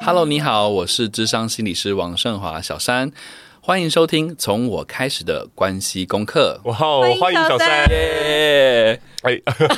Hello， 你好，我是諮商心理师王胜华小山，欢迎收听从我开始的关系功课。 哇，欢迎小山！ 耶！太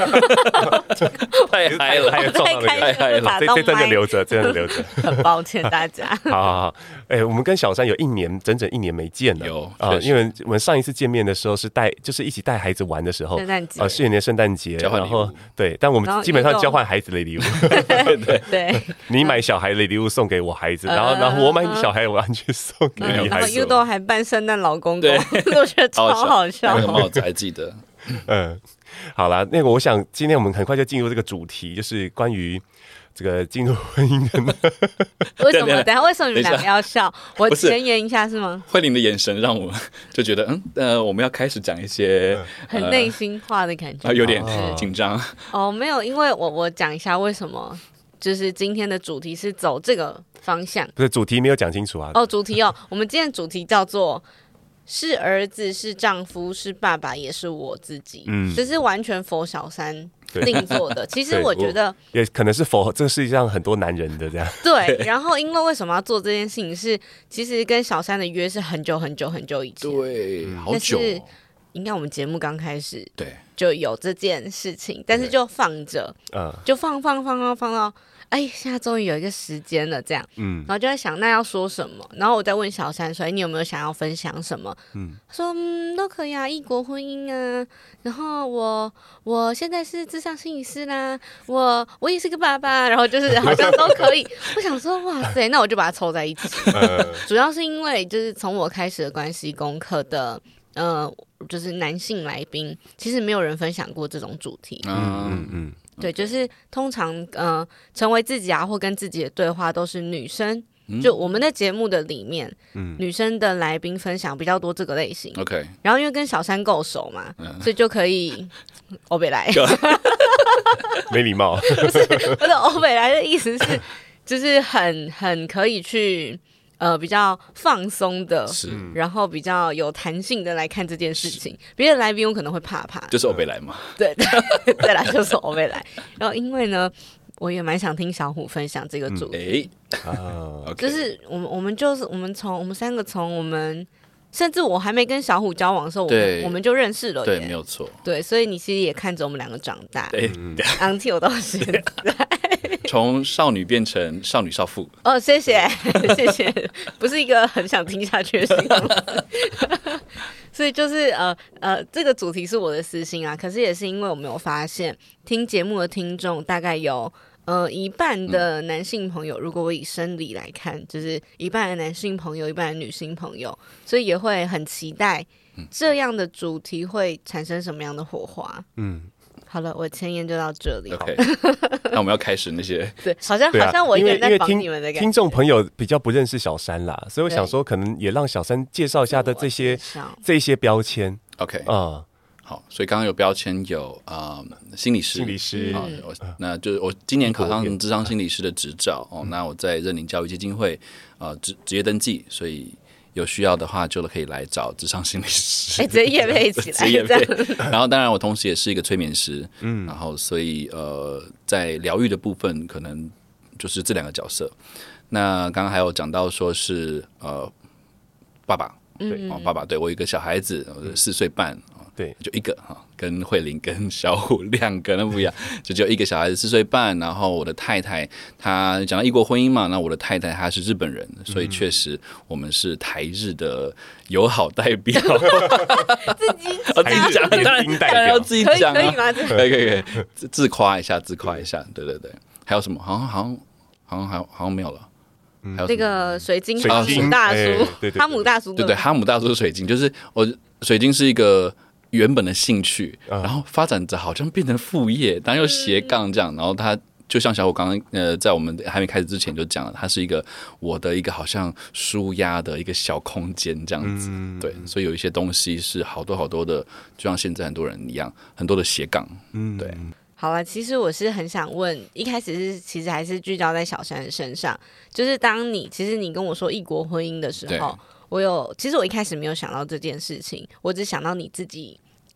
嗨了， 太撞到那个， 太嗨了， 这真的留着，真的留着。 很抱歉大家。 好，我们跟小山有整整1年没见了。 有因为我们上一次见面的时候是就是一起带孩子玩的时候， 圣诞节， 去年的圣诞节， 交换礼物， 然后对，但我们基本上交换孩子的礼物。 对， 你买小孩的礼物送给我孩子，然后我买小孩我去送给你孩子。 然后Udo还扮圣诞老公公，我觉得超好笑。 那个帽子还记得。 好啦，我想今天我们很快就进入这个主题，就是关于这个进入婚姻的。 为什么？等一下为什么你们两个要笑？我前言一下是吗？ 慧玲的眼神让我就觉得，我们要开始讲一些很内心化的感觉， 有点紧张。 没有，因为我讲一下为什么，就是今天的主题是走这个方向。 不是主题没有讲清楚啊？ 主题我们今天的主题叫做。是儿子，是丈夫，是爸爸，也是我自己。这是完全佛小三定做的。其实我觉得也可能是佛这个世界上很多男人的这样。 对，然后因为什么要做这件事情是，其实跟小三的约是很久很久很久以前。 对，好久。 应该我们节目刚开始对就有这件事情，但是就放着，就放到。现在终于有一个时间了，这样，然后就在想那要说什么，然后我再问小三说，你有没有想要分享什么？他说，都可以啊，异国婚姻啊，然后我现在是諮商心理师啦，我也是个爸爸，然后就是好像都可以。我想说，哇塞，那我就把它凑在一起。主要是因为就是从我开始的关系功课的，就是男性来宾，其实没有人分享过这种主题。对，就是通常成为自己啊，或跟自己的对话都是女生，就我们的节目的里面，女生的来宾分享比较多这个类型。 OK， 然后因为跟小三够熟嘛，所以就可以欧北来， 没礼貌。 不是我的欧北来的意思是，就是很可以去。比较放松的，然后比较有弹性的来看这件事情。别的来宾我可能会怕， 就是欧北来嘛。 对啦，就是欧北来。然后因为呢，我也蛮想听小虎分享这个主题。就是我们三个从我们。甚至我还没跟小虎交往的时候，我们就认识了。 对，没有错。 对，所以你其实也看着我们两个长大。 对 ，until 到现在， 从少女变成少女少妇。 谢谢，不是一个很想听下去的形容词。所以就是这个主题是我的私心啊，可是也是因为我们有发现，听节目的听众大概有。一半的男性朋友，如果我以生理来看，就是一半的男性朋友，一半的女性朋友，所以也会很期待这样的主题会产生什么样的火花。好了，我前言就到这里。 OK， 那我们要开始那些对，好像我一个人在帮你们的感觉。 听众朋友比较不认识小山啦，所以我想说，可能也让小山介绍一下的这些标签。 OK，好，所以刚刚有标签有心理师，那就是我今年考上諮商心理师的执照那我在认领教育基金会职业登记，所以有需要的话就可以来找諮商心理师。 直接业配起来这样。 然后当然我同时也是一个催眠师，然后所以在疗愈的部分可能就是这两个角色。那刚刚还有讲到说是爸爸，爸爸，对我有一个小孩子4岁半。 对， 就一个跟慧玲跟小虎2个那不一样，就只有一个小孩子4岁半。然后我的太太，她讲到异国婚姻嘛，那我的太太她是日本人，所以确实我们是台日的友好代表。 自己讲，当然要自己讲可以吗？ 可以，自夸一下，对。还有什么？好像没有了。 那个水晶哈姆大叔，哈姆大叔， 对，哈姆大叔是水晶，就是我水晶是一个。原本的兴趣，然后发展着好像变成副业，但又斜杠这样，然后他就像小虎刚刚在我们还没开始之前就讲了，它是一个我的一个好像舒压的一个小空间这样子，对，所以有一些东西是好多的，就像现在很多人一样，很多的斜杠，对。 好了，其实我是很想问，一开始其实还是聚焦在小山的身上，就是其实你跟我说异国婚姻的时候，其实我一开始没有想到这件事情，我只想到你自己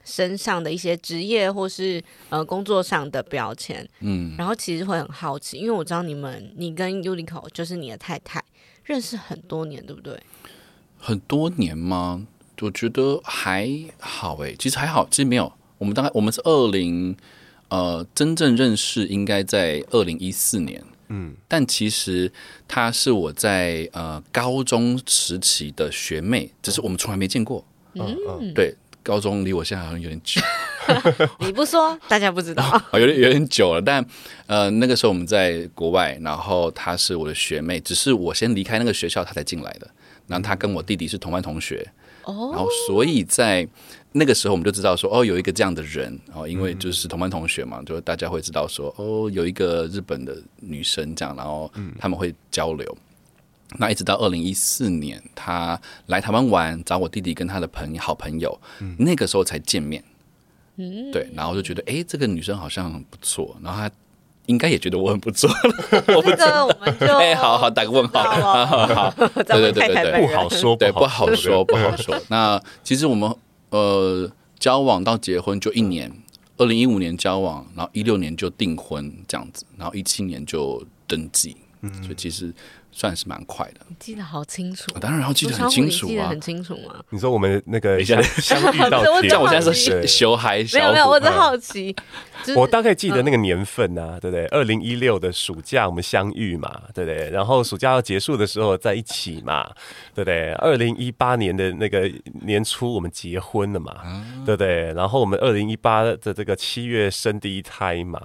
身上的一些职业或是工作上的标签，然后其实会很好奇，因为我知道你跟 Yuliko 就是你的太太认识很多年，对不对？ 很多年吗？我觉得还好其实还好，其实没有。我们是真正认识应该在2014年，但其实她是我在高中时期的学妹，只是我们从来没见过。对，高中离我现在好像有点久。 你不说，大家不知道。 有点久了，但那个时候我们在国外，然后她是我的学妹，只是我先离开那个学校，她才进来的。然后她跟我弟弟是同班同学。然后所以在那个时候我们就知道说有一个这样的人因为就是同班同学嘛，就大家会知道说有一个日本的女生这样，然后他们会交流。那一直到2014年他来台湾玩，找我弟弟跟他的好朋友，那个时候才见面。对，然后就觉得这个女生好像很不错，然后他应该也觉得我很不错。 我不知道，我们就好打个问号。好，对， 不好说， 对，不好说。那其实我们交往到结婚就1年，2015年交往，然后16年就订婚这样子，然后17年就登记，所以其实算是蛮快的。 你记得好清楚， 当然要记得很清楚啊。 你记得很清楚吗？ 你说我们那个相遇到这样，我现在是小孩， 没有，我在好奇。 我大概记得那个年份啊，对不对？2016的暑假我们相遇嘛，对不对？然后暑假要结束的时候在一起嘛，对不对？2018年的那个年初我们结婚了嘛，对不对？然后我们2018的这个7月生第一胎嘛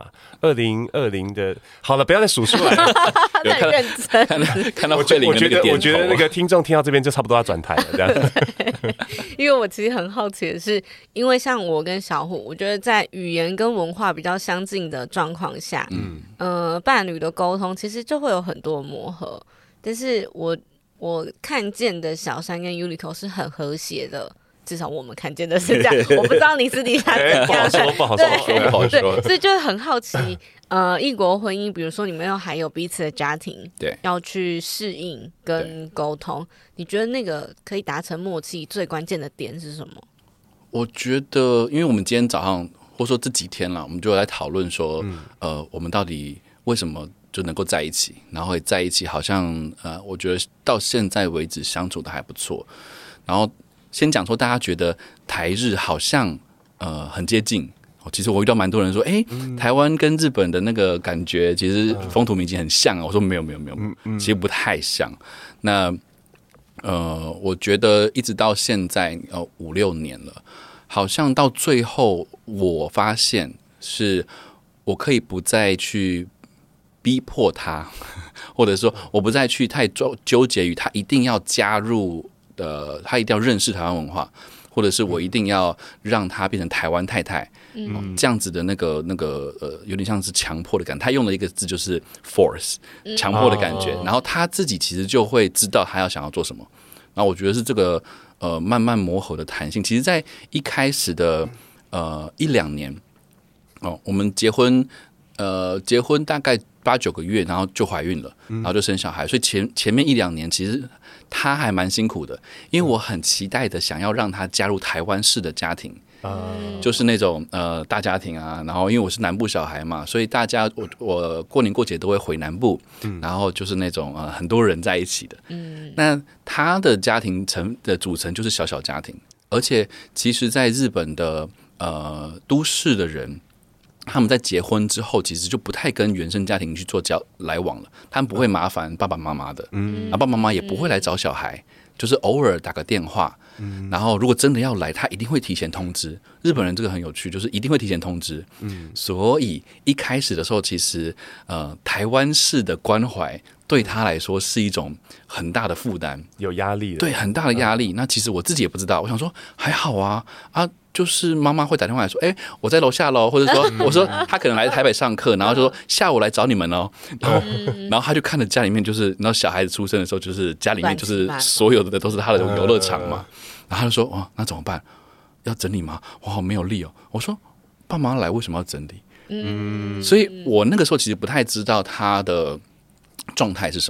，2020的，好了，不要再数出来了。 很认真， 看到慧玲的那个点头， 我觉得那个听众听到这边就差不多要转台了，这样。 因为我其实很好奇的是，因为像我跟小虎，我觉得在语言跟文化比较相近的状况下，伴侣的沟通其实就会有很多磨合。但是我看见的小山跟 Yuliko 是很和谐的，至少我们看见的是这样。我不知道你私底下怎样， 不好说。 所以就很好奇，异国婚姻，比如说你们还有彼此的家庭， 对， 要去适应跟沟通，你觉得那个可以达成默契最关键的点是什么？ 我觉得，因为我们今天早上或者说这几天了，我们就来讨论说，我们到底为什么就能够在一起，然后在一起好像我觉得到现在为止相处的还不错。然后先讲说，大家觉得台日好像很接近。其实我遇到蛮多人说，台湾跟日本的那个感觉，其实风土民情很像啊。我说没有，其实不太像。那我觉得一直到现在5-6年了，好像到最后我发现是我可以不再去逼迫他，或者说我不再去太纠结于他一定要加入他一定要认识台湾文化，或者是我一定要让他变成台湾太太，这样子的那个有点像是强迫的感觉。他用了一个字就是 force， 强迫的感觉。然后他自己其实就会知道他要想要做什么。然后我觉得是这个慢慢磨合的弹性。其实，在一开始的1-2年我们结婚大概8-9个月，然后就怀孕了，然后就生小孩。所以前面1-2年其实他还蛮辛苦的，因为我很期待的想要让他加入台湾式的家庭，就是那种大家庭啊。然后因为我是南部小孩嘛，所以大家我过年过节都会回南部，然后就是那种很多人在一起的。那他的家庭的组成就是小小家庭，而且其实在日本的都市的人，他们在结婚之后其实就不太跟原生家庭去做来往了，他们不会麻烦爸爸妈妈的，爸爸妈妈也不会来找小孩，就是偶尔打个电话，然后如果真的要来，他一定会提前通知。日本人这个很有趣，就是一定会提前通知，所以一开始的时候，其实台湾式的关怀对他来说是一种很大的负担， 有压力的， 对，很大的压力。那其实我自己也不知道，我想说还好啊，就是妈妈会打电话来说，我在楼下咯，或者说我说他可能来台北上课，然后就说下午来找你们哦，然后他就看着家里面，就是然后小孩子出生的时候，就是家里面就是所有的都是他的游乐场嘛，然后他就说那怎么办？要整理吗？我好没有力哦。我说爸妈来为什么要整理？所以我那个时候其实不太知道他的状态是什么。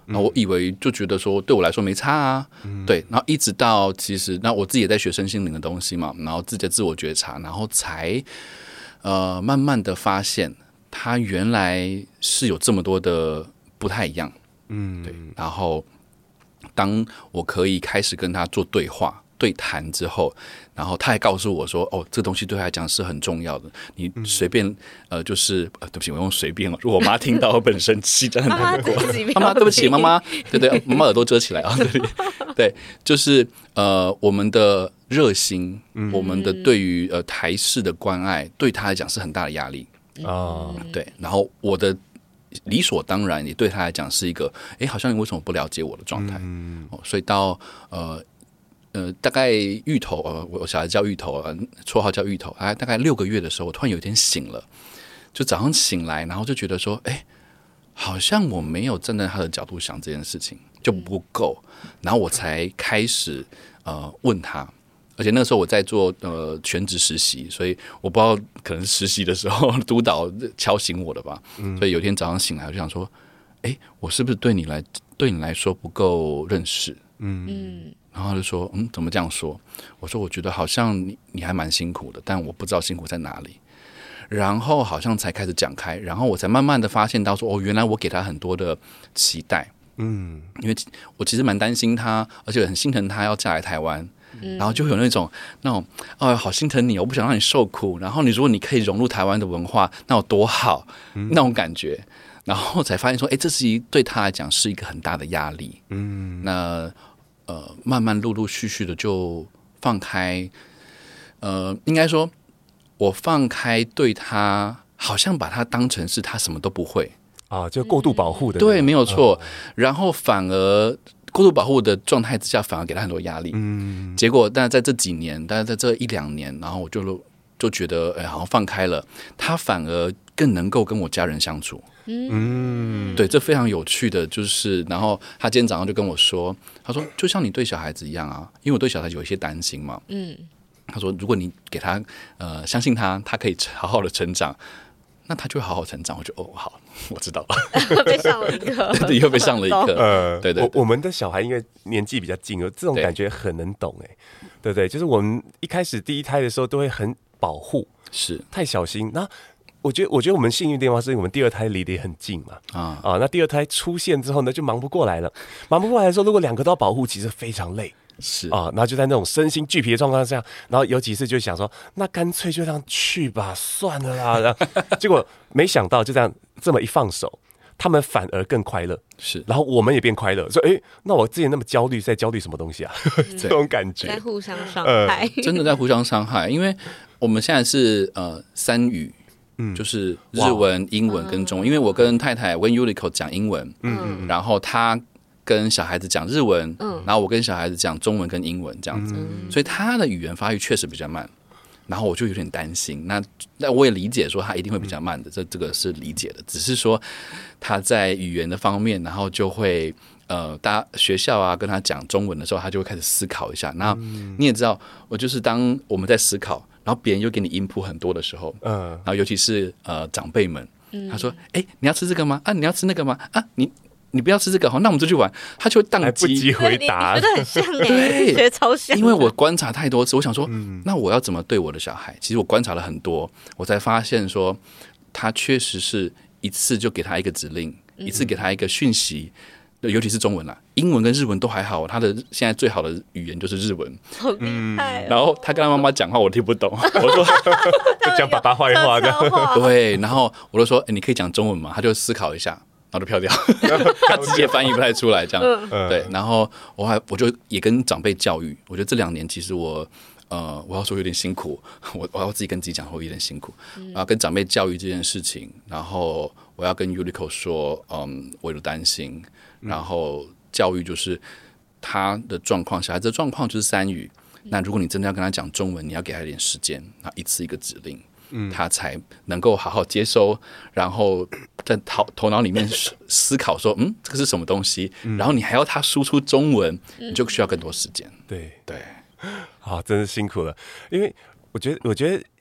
然后我以为就觉得说对我来说没差啊，对，然后一直到其实那我自己也在学身心灵的东西嘛，然后自己的自我觉察，然后才慢慢的发现他原来是有这么多的不太一样，对，然后当我可以开始跟他做对话对谈之后，然后他还告诉我说：“哦，这个东西对他来讲是很重要的。你随便就是对不起，我用随便了。如果我妈听到，我本生气，真的很难过。妈妈，对不起，妈妈，对，妈妈耳朵遮起来啊。对，就是我们的热心，我们的对于台视的关爱，对他来讲是很大的压力啊。对，然后我的理所当然也对他来讲是一个，好像你为什么不了解我的状态？所以到大概芋头，我小孩叫芋头，绰号叫芋头，大概6个月的时候，我突然有一天醒了，就早上醒来，然后就觉得说，好像我没有站在他的角度想这件事情就不够，然后我才开始问他，而且那个时候我在做全职实习，所以我不知道可能实习的时候督导敲醒我的吧，所以有一天早上醒来，我就想说，我是不是对你来说不够认识？然后他就说，怎么这样说？我说我觉得好像你还蛮辛苦的，但我不知道辛苦在哪里。然后好像才开始讲开，然后我才慢慢的发现到说，原来我给他很多的期待，因为我其实蛮担心他，而且很心疼他要嫁来台湾，然后就会有那种好心疼你，我不想让你受苦，然后如果你可以融入台湾的文化，那有多好，那种感觉。然后才发现说，这是对他来讲是一个很大的压力。那慢慢陆陆续续的就放开，应该说，我放开对他，好像把他当成是他什么都不会啊，就过度保护的， 对，没有错。然后反而过度保护的状态之下，反而给他很多压力。结果，但在这几年，大概在这1-2年，然后我就觉得，好像放开了，他反而更能够跟我家人相处。对，这非常有趣的就是，然后他今天早上就跟我说，他说就像你对小孩子一样啊，因为我对小孩子有一些担心嘛。他说如果你给他相信他可以好好的成长，那他就会好好成长。我就好，我知道了。 被上了一课， 对，又被上了一课。对， 我们的小孩因为年纪比较近，这种感觉很能懂对不对？就是我们一开始第一胎的时候都会很保护， 是太小心。那我觉得我们幸运的地方是我们第2胎离得也很近嘛，那第2胎出现之后呢，就忙不过来了。忙不过来的时候，如果2个都要保护，其实非常累。 是然后就在那种身心俱疲的状况下，然后有几次就想说，那干脆就这样去吧，算了啦。然后结果没想到就这么一放手，他们反而更快乐， 是， 然后我们也变快乐。说，那我之前那么焦虑，在焦虑什么东西啊？这种感觉在互相伤害， 真的在互相伤害。因为我们现在是3语。就是日文、英文跟中文，因为我跟太太，我跟 Yuliko 讲英文，然后他跟小孩子讲日文，然后我跟小孩子讲中文跟英文这样子，所以他的语言发育确实比较慢，然后我就有点担心。那我也理解说他一定会比较慢的，这个是理解的，只是说他在语言的方面，然后就会大家学校啊跟他讲中文的时候，他就会开始思考一下。那你也知道，我就是当我们在思考。然后别人又给你input很多的时候，然后尤其是长辈们，他说：“你要吃这个吗？你要吃那个吗？你不要吃这个，好，那我们就去玩。”他就会宕机， 来不及回答， 觉得很像对， 觉得超像。 因为我观察太多次，我想说，那我要怎么对我的小孩？其实我观察了很多，我才发现说，他确实是一次就给他一个指令，一次给他一个讯息。尤其是中文啦，英文跟日文都还好，他的现在最好的语言就是日文， 好厉害。 然后他跟他妈妈讲话，我听不懂，我说讲爸爸坏话的， 对，然后我就说，你可以讲中文吗？他就思考一下，然后就飘掉，他直接翻译不太出来，这样，对。然后我就也跟长辈教育，我觉得这2年其实我要说有点辛苦，我要自己跟自己讲会有点辛苦，然后跟长辈教育这件事情，然后我要跟 Yuliko 说，我有担心。然后教育就是他的状况，小孩子的状况就是3语。那如果你真的要跟他讲中文，你要给他一点时间，那一次一个指令，他才能够好好接收，然后在头脑里面思考说，这个是什么东西？然后你还要他输出中文，你就需要更多时间。 对， 对， 好，真是辛苦了，因为我觉得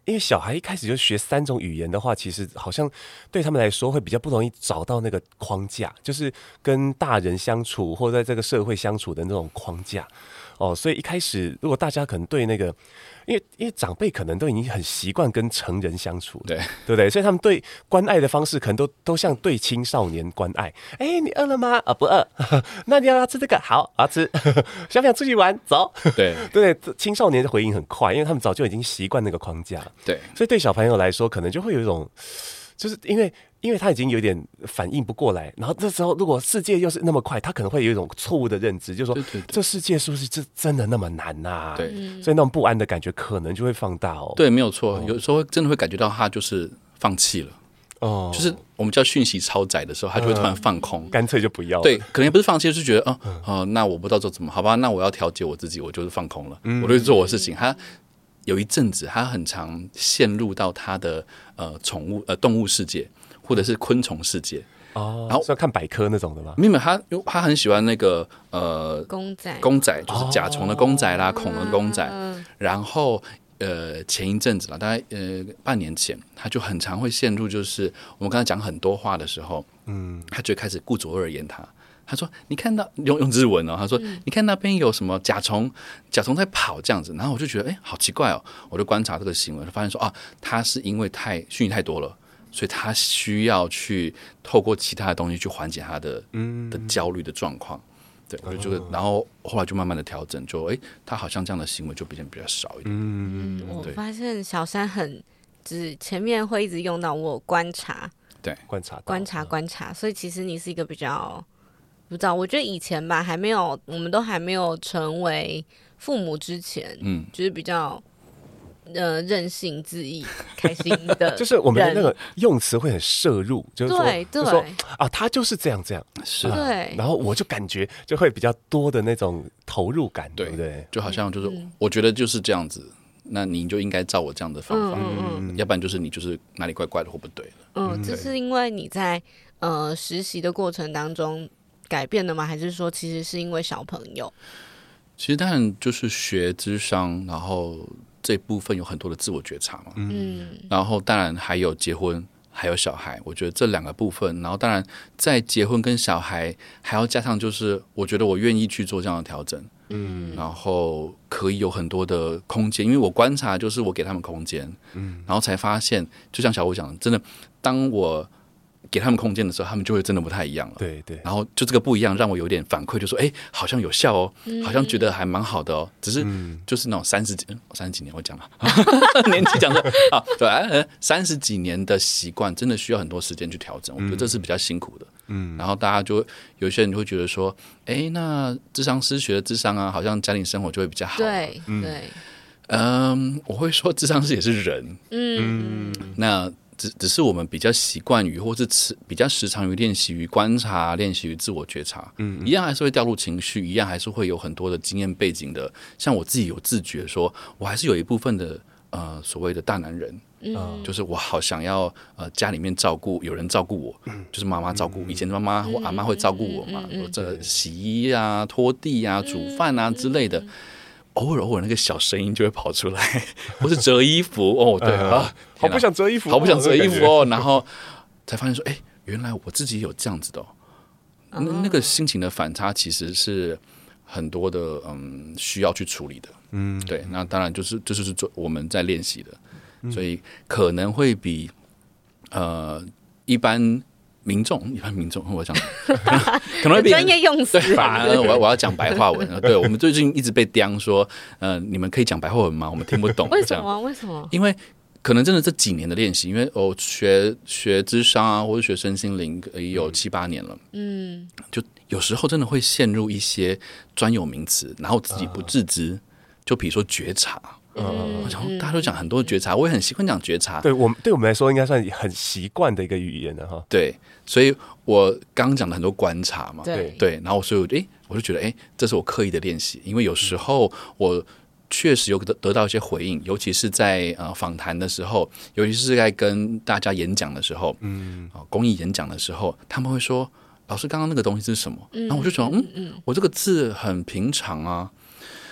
因为小孩一开始就学3种语言的话，其实好像对他们来说会比较不容易找到那个框架，就是跟大人相处或在这个社会相处的那种框架。所以一开始如果大家可能对那个，因为长辈可能都已经很习惯跟成人相处，对不对？所以他们对关爱的方式可能都像对青少年关爱。你饿了吗？不饿。那你要不要吃这个？好，我要吃。想不想出去玩？走。对，青少年的回应很快，因为他们早就已经习惯那个框架。 对， 所以对小朋友来说，可能就会有一种，就是因为他已经有点反应不过来，然后这时候如果世界又是那么快，他可能会有一种错误的认知，就是说这世界是不是真的那么难啊？ 对， 所以那种不安的感觉可能就会放大哦。 对，没有错，有时候真的会感觉到他就是放弃了。就是我们叫讯息超载的时候，他就会突然放空， 干脆就不要了。 对，可能也不是放弃，就是觉得那我不知道做怎么，好吧，那我要调节我自己，我就是放空了，我就做我的事情。他有一阵子，他很常陷入到他的宠物动物世界，或者是昆虫世界。 然后是要看百科那种的吗？ 没有，他很喜欢那个公仔，就是甲虫的公仔啦，恐龙的公仔。然后前一阵子啦，大概半年前，他就很常会陷入，就是我们刚才讲很多话的时候，他就开始顾左右而言他。他说：“你看到用日文哦，他说你看那边有什么甲虫在跑这样子。”然后我就觉得好奇怪哦，我就观察这个行为，就发现说他是因为讯息太多了，所以他需要去透过其他的东西去缓解他的焦虑的状况。对，我就觉得，然后后来就慢慢的调整，就他好像这样的行为就比较少一点。 我发现小山只前面会一直用到我观察， 对， 观察， 所以其实你是一个比较不知道，我觉得以前吧，我们都还没有成为父母之前，就是比较任性恣意、开心的， 就是我们的那个用词会很摄入，就是说他就是这样， 是对， 然后我就感觉就会比较多的那种投入感，对不对？ 就好像就是我觉得就是这样子，那你就应该照我这样的方法，要不然就是你就是哪里怪怪的或不对的。 这是因为你在实习的过程当中改变的吗？还是说其实是因为小朋友？ 其实当然就是学諮商，然后这部分有很多的自我觉察嘛，然后当然还有结婚，还有小孩，我觉得这2个部分，然后当然在结婚跟小孩还要加上，就是我觉得我愿意去做这样的调整，然后可以有很多的空间，因为我观察就是我给他们空间，然后才发现，就像小虎讲的，真的，当我给他们空间的时候，他们就会真的不太一样了。 对， 然后就这个不一样，让我有点反馈，就说好像有效哦，好像觉得还蛮好的哦。只是就是那种30几年，我讲了年纪讲的对，30几年的习惯，真的需要很多时间去调整。我觉得这是比较辛苦的。然后大家就有些人就会觉得说，那諮商师学的諮商啊，好像家庭生活就会比较好。 对， 我会说諮商师也是人，那。只是我们比较习惯于，或是比较时常于练习于观察、练习于自我觉察，一样还是会掉入情绪，一样还是会有很多的经验背景的。像我自己有自觉说，我还是有一部分的所谓的大男人，就是我好想要家里面有人照顾我，就是妈妈照顾。以前妈妈或阿妈会照顾我嘛，这洗衣啊、拖地啊、煮饭啊之类的。偶尔那个小声音就会跑出来，或是折衣服对好不想折衣服， 好不想折衣服哦，然后才发现说，原来我自己有这样子的那个心情的反差其实是很多的需要去处理的，对，那当然就是我们在练习的，所以可能会比一般民众，我讲可能会专业用词， 对吧？我要讲白话文。对，我们最近一直被刁说，你们可以讲白话文吗？我们听不懂。 为什么？为什么？ 因为可能真的这几年的练习，因为我学諮商啊，或者学身心灵也有7、8年了，就有时候真的会陷入一些专有名词，然后自己不自知。就比如说觉察。大家都讲很多觉察，我也很习惯讲觉察。 对我们来说，应该算很习惯的一个语言了哈。 对，所以我刚刚讲了很多观察嘛， 对， 然后所以我就觉得，这是我刻意的练习，因为有时候我确实有得到一些回应，尤其是在访谈的时候，尤其是在跟大家演讲的时候，公益演讲的时候，他们会说：“老师，刚刚那个东西是什么？”然后我就说：“我这个字很平常啊。”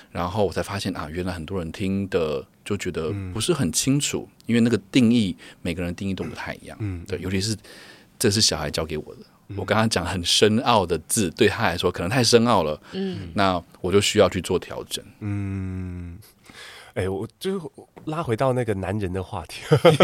然后我才发现啊，原来很多人听的就觉得不是很清楚，因为那个定义每个人定义都不太一样。对，尤其是这是小孩教给我的。我刚刚讲很深奥的字，对他来说可能太深奥了，那我就需要去做调整。 我就拉回到那个男人的话题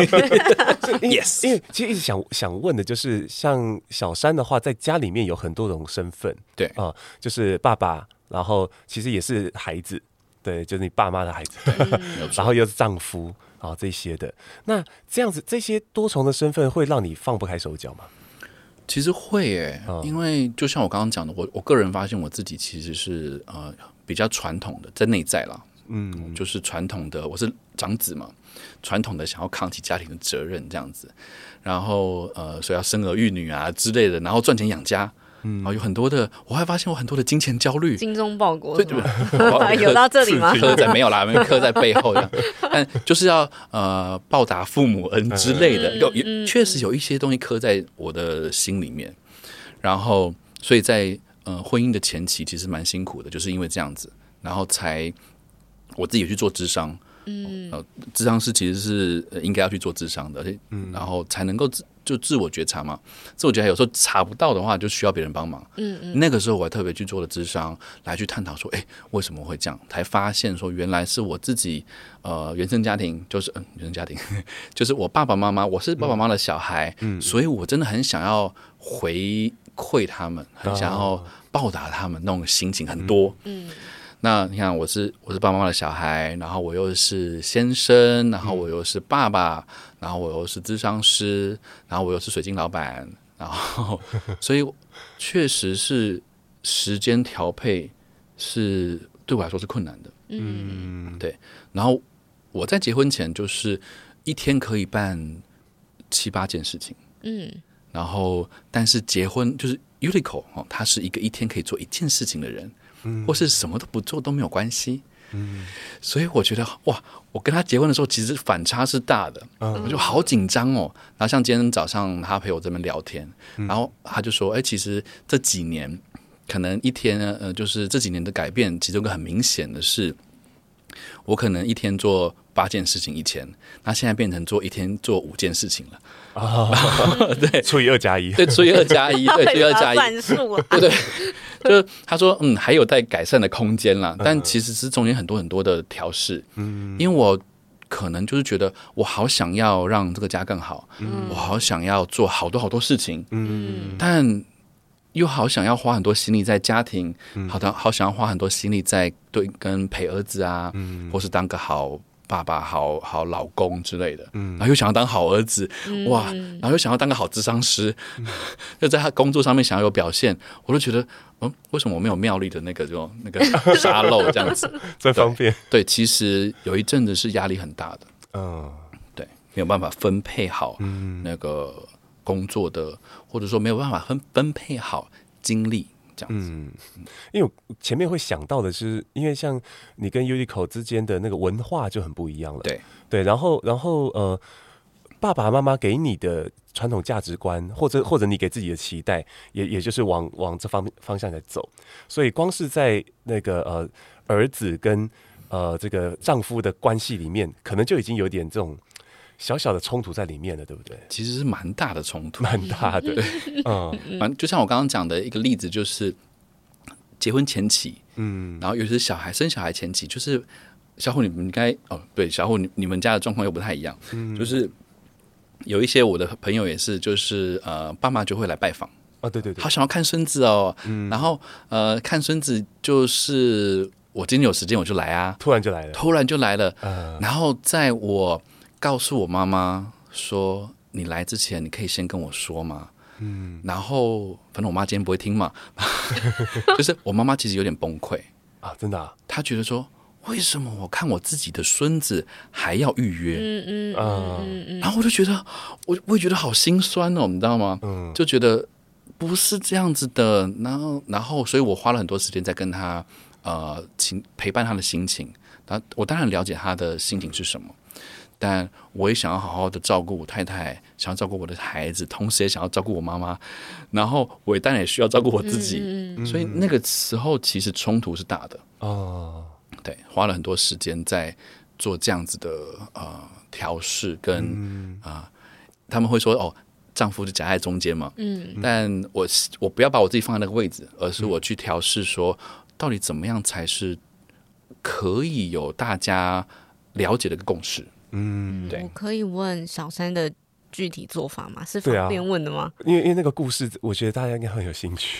，yes， 因为其实一直想问的就是，像小山的话，在家里面有很多种身份， 对啊，就是爸爸，然后其实也是孩子，对，就是你爸妈的孩子，然后又是丈夫啊这些的，那这样子这些多重的身份会让你放不开手脚吗？ 其实会耶，因为就像我刚刚讲的，我个人发现我自己其实是比较传统的，在内在啦，就是传统的，我是长子嘛，传统的想要扛起家庭的责任这样子，然后所以要生儿育女啊之类的，然后赚钱养家。有很多的，我还发现我很多的金钱焦虑， 精忠报国， 对， 有到这里吗？ 刻在没有啦，刻在背后这样，但就是要报答父母恩之类的，确实有一些东西刻在我的心里面，然后所以在婚姻的前期其实蛮辛苦的，就是因为这样子，然后才我自己也去做諮商，諮商师其实是应该要去做諮商的，然后才能够就自我觉察嘛，自我觉察有时候查不到的话，就需要别人帮忙。那个时候我还特别去做了諮商，来去探讨说，为什么会这样？才发现说，原来是我自己原生家庭，就是原生家庭，就是我爸爸妈妈，我是爸爸妈妈的小孩，所以我真的很想要回馈他们，很想要报答他们，那种心情很多。那你看，我是爸爸妈妈的小孩，然后我又是先生，然后我又是爸爸，然后我又是諮商师，然后我又是水晶老板，然后所以确实是时间调配是对我来说是困难的。对。然后我在结婚前就是一天可以办7-8件事情。然后但是结婚就是 Yuliko 他是一个一天可以做1件事情的人。或是什么都不做都没有关系，所以我觉得哇，我跟他结婚的时候其实反差是大的，我就好紧张哦。然后像今天早上他陪我这边聊天，然后他就说，其实这几年可能一天就是这几年的改变，其中一个很明显的是，我可能一天做8件事情以前，那现在变成一天做5件事情了。对， 除以2+1， 对，除以2+1，对，除以2+1， 算数啊， 对。就是他说，还有待改善的空间啦，但其实是中间很多很多的调试。因为我可能就是觉得我好想要让这个家更好，我好想要做好多好多事情，但又好想要花很多心力在家庭，好想要花很多心力在跟陪儿子啊，或是当个好爸爸、好老公之类的，然后又想要当好儿子，哇，然后又想要当个好諮商师，就在他工作上面想要有表现，我就觉得，为什么我没有妙丽的那个沙漏这样子， 真方便。 对，其实有一阵子是压力很大的，对，没有办法分配好那个工作的，或者说没有办法分配好精力。 因为我前面会想到的是，因为像你跟 Yuliko 之间的那个文化就很不一样了，对，然后爸爸妈妈给你的传统价值观，或者你给自己的期待，也就是往这方向在走，所以光是在那个儿子跟这个丈夫的关系里面，可能就已经有点这种小小的冲突在里面了，对不对？ 其实是蛮大的冲突， 蛮大的。 就像我刚刚讲的一个例子，就是结婚前期，然后尤其是生小孩前期，就是小虎你们应该对，小虎你们家的状况又不太一样，就是有一些我的朋友也是，就是爸妈就会来拜访， 对， 好想要看孙子哦，然后看孙子就是我今天有时间我就来啊， 突然就来了， 然后在我告诉我妈妈说，你来之前你可以先跟我说嘛，然后反正我妈今天不会听嘛，就是我妈妈其实有点崩溃啊，真的， 她觉得说，为什么我看我自己的孙子还要预约？然后我就觉得，我也觉得好心酸哦，你知道吗？就觉得不是这样子的，然后，所以我花了很多时间在跟他陪伴他的心情。我当然了解他的心情是什么，但我也想要好好的照顾我太太，想要照顾我的孩子，同时也想要照顾我妈妈，然后我当然也需要照顾我自己，所以那个时候其实冲突是大的。 对，花了很多时间在做这样子的调试跟他们会说哦，丈夫就夹在中间嘛，但我不要把我自己放在那个位置，而是我去调试说，到底怎么样才是可以有大家了解的一个共识。对。 我可以问小三的具体做法吗？是方便问的吗？ 因为那个故事，我觉得大家应该很有兴趣。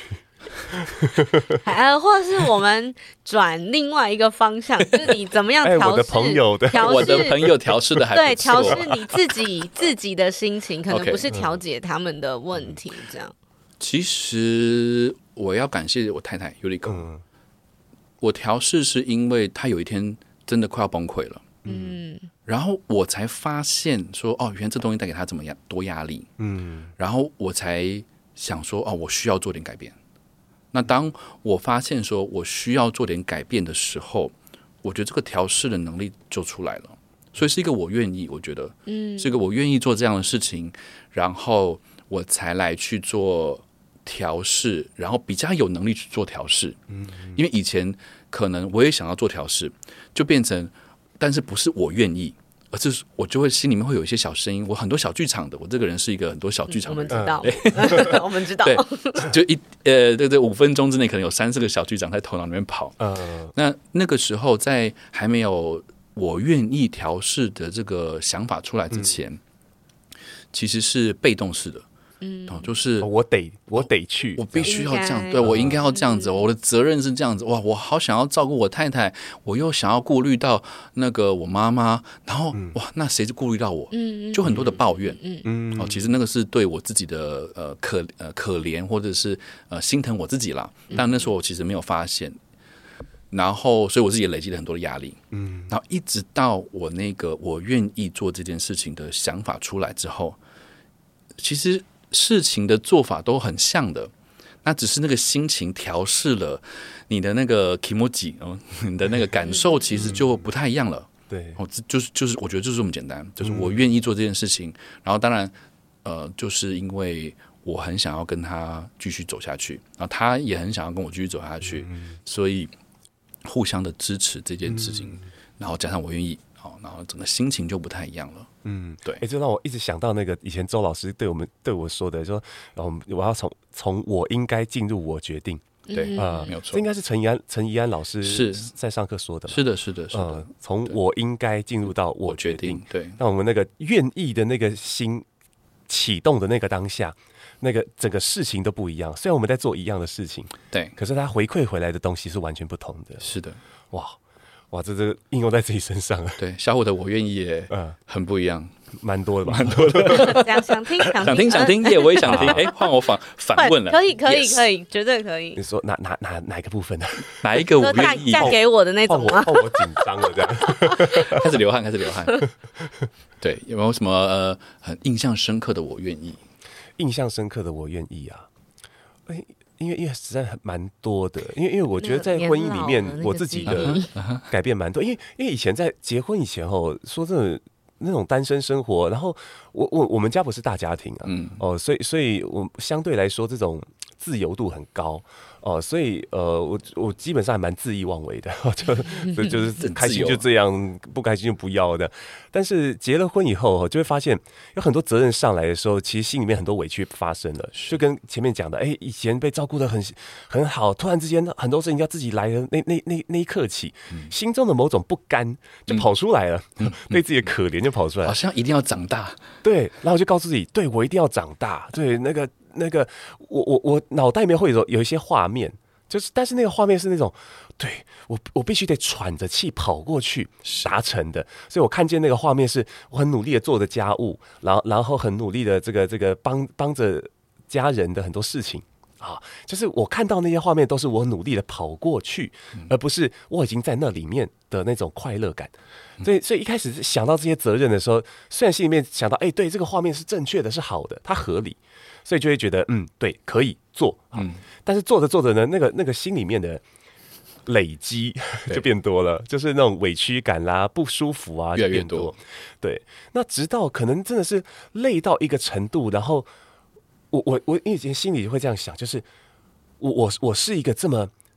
或者是我们转另外一个方向，就是你怎么样调试？ 我的朋友调试的还不错， 对，调试你自己的心情，可能不是调解他们的问题。这样， 其实我要感谢我太太Yuriko，我调试是因为她有一天真的快要崩溃了，然后我才发现说，哦，原来这东西带给她怎么样多压力，然后我才想说，哦，我需要做点改变。那当我发现说我需要做点改变的时候，我觉得这个调试的能力就出来了，所以是一个我愿意，我觉得，是一个我愿意做这样的事情，然后我才来去做调试，然后比较有能力去做调试，因为以前可能我也想要做调试，就变成，但是不是我愿意。而是我就会心里面会有一些小声音，我很多小剧场的，我这个人是一个很多小剧场的人， 我们知道，我们知道， 对，就对5分钟之内可能有3-4个小剧场在头脑里面跑。那个时候在还没有我愿意调试的这个想法出来之前，其实是被动式的。就是我得去， 我必须要这样，对，我应该要这样子，我的责任是这样子。哇，我好想要照顾我太太，我又想要顾虑到那个我妈妈，然后哇，那谁顾虑到我？就很多的抱怨。其实那个是对我自己的可怜，或者是心疼我自己啦。但那时候我其实没有发现，然后所以我自己也累积了很多的压力。然后一直到我那个我愿意做这件事情的想法出来之后，其实事情的做法都很像的，那只是那个心情调试了，你的那个 kimoji，你的那个感受其实就不太一样了。 对， 就是我觉得就是这么简单，就是我愿意做这件事情，然后当然就是因为我很想要跟他继续走下去，然后他也很想要跟我继续走下去，所以互相的支持这件事情，然后加上我愿意，然后整个心情就不太一样了。对， 这让我一直想到那个以前周老师对我说的，说，我要从我应该进入我决定。 对，没有错， 这应该是陈怡安老师是在上课说的嘛。 是的， 从我应该进入到我决定。 对， 那我们那个愿意的那个心启动的那个当下，那个整个事情都不一样。虽然我们在做一样的事情， 对， 可是它回馈回来的东西是完全不同的。 是的， 哇，这应用在自己身上了。 对，小虎的我愿意也很不一样， 蛮多的吧？ 想听， 我也想听。换我反问了， 可以，绝对可以。 你说哪个部分呢？ 哪一个我愿意？ 嫁给我的那种吗？ 我紧张了，这样开始流汗。对，有没有什么很印象深刻的我愿意？ 印象深刻的我愿意啊！因为实在蛮多的，因为我觉得在婚姻里面，我自己的改变蛮多。因为以前在结婚以前说真的，那种单身生活，然后我们家不是大家庭啊，所以我相对来说这种自由度很高。所以我基本上还蛮恣意妄为的，就是开心就这样，不开心就不要的。但是结了婚以后，就会发现有很多责任上来的时候，其实心里面很多委屈发生了。就跟前面讲的，以前被照顾得很好，突然之间很多事情要自己来的那一刻起，心中的某种不甘就跑出来了，对自己的可怜就跑出来了， 好像一定要长大。 对，然后我就告诉自己，对，我一定要长大。对，那个，我脑袋里面会有一些画面，但是那个画面是那种，对，我必须得喘着气跑过去达成的。所以我看见那个画面是我很努力的做的家务，然后很努力的这个帮着家人的很多事情啊，就是我看到那些画面都是我努力的跑过去，而不是我已经在那里面的那种快乐感。所以一开始想到这些责任的时候，虽然心里面想到，对，这个画面是正确的，是好的，它合理。所以就会觉得对，可以做但是做着呢，那个心里面的累积就变多了，就是那种委屈感啦、不舒服啊， 越来越多。 对，那直到可能真的是累到一个程度，然后我以前心里会这样想，就是我是一个这么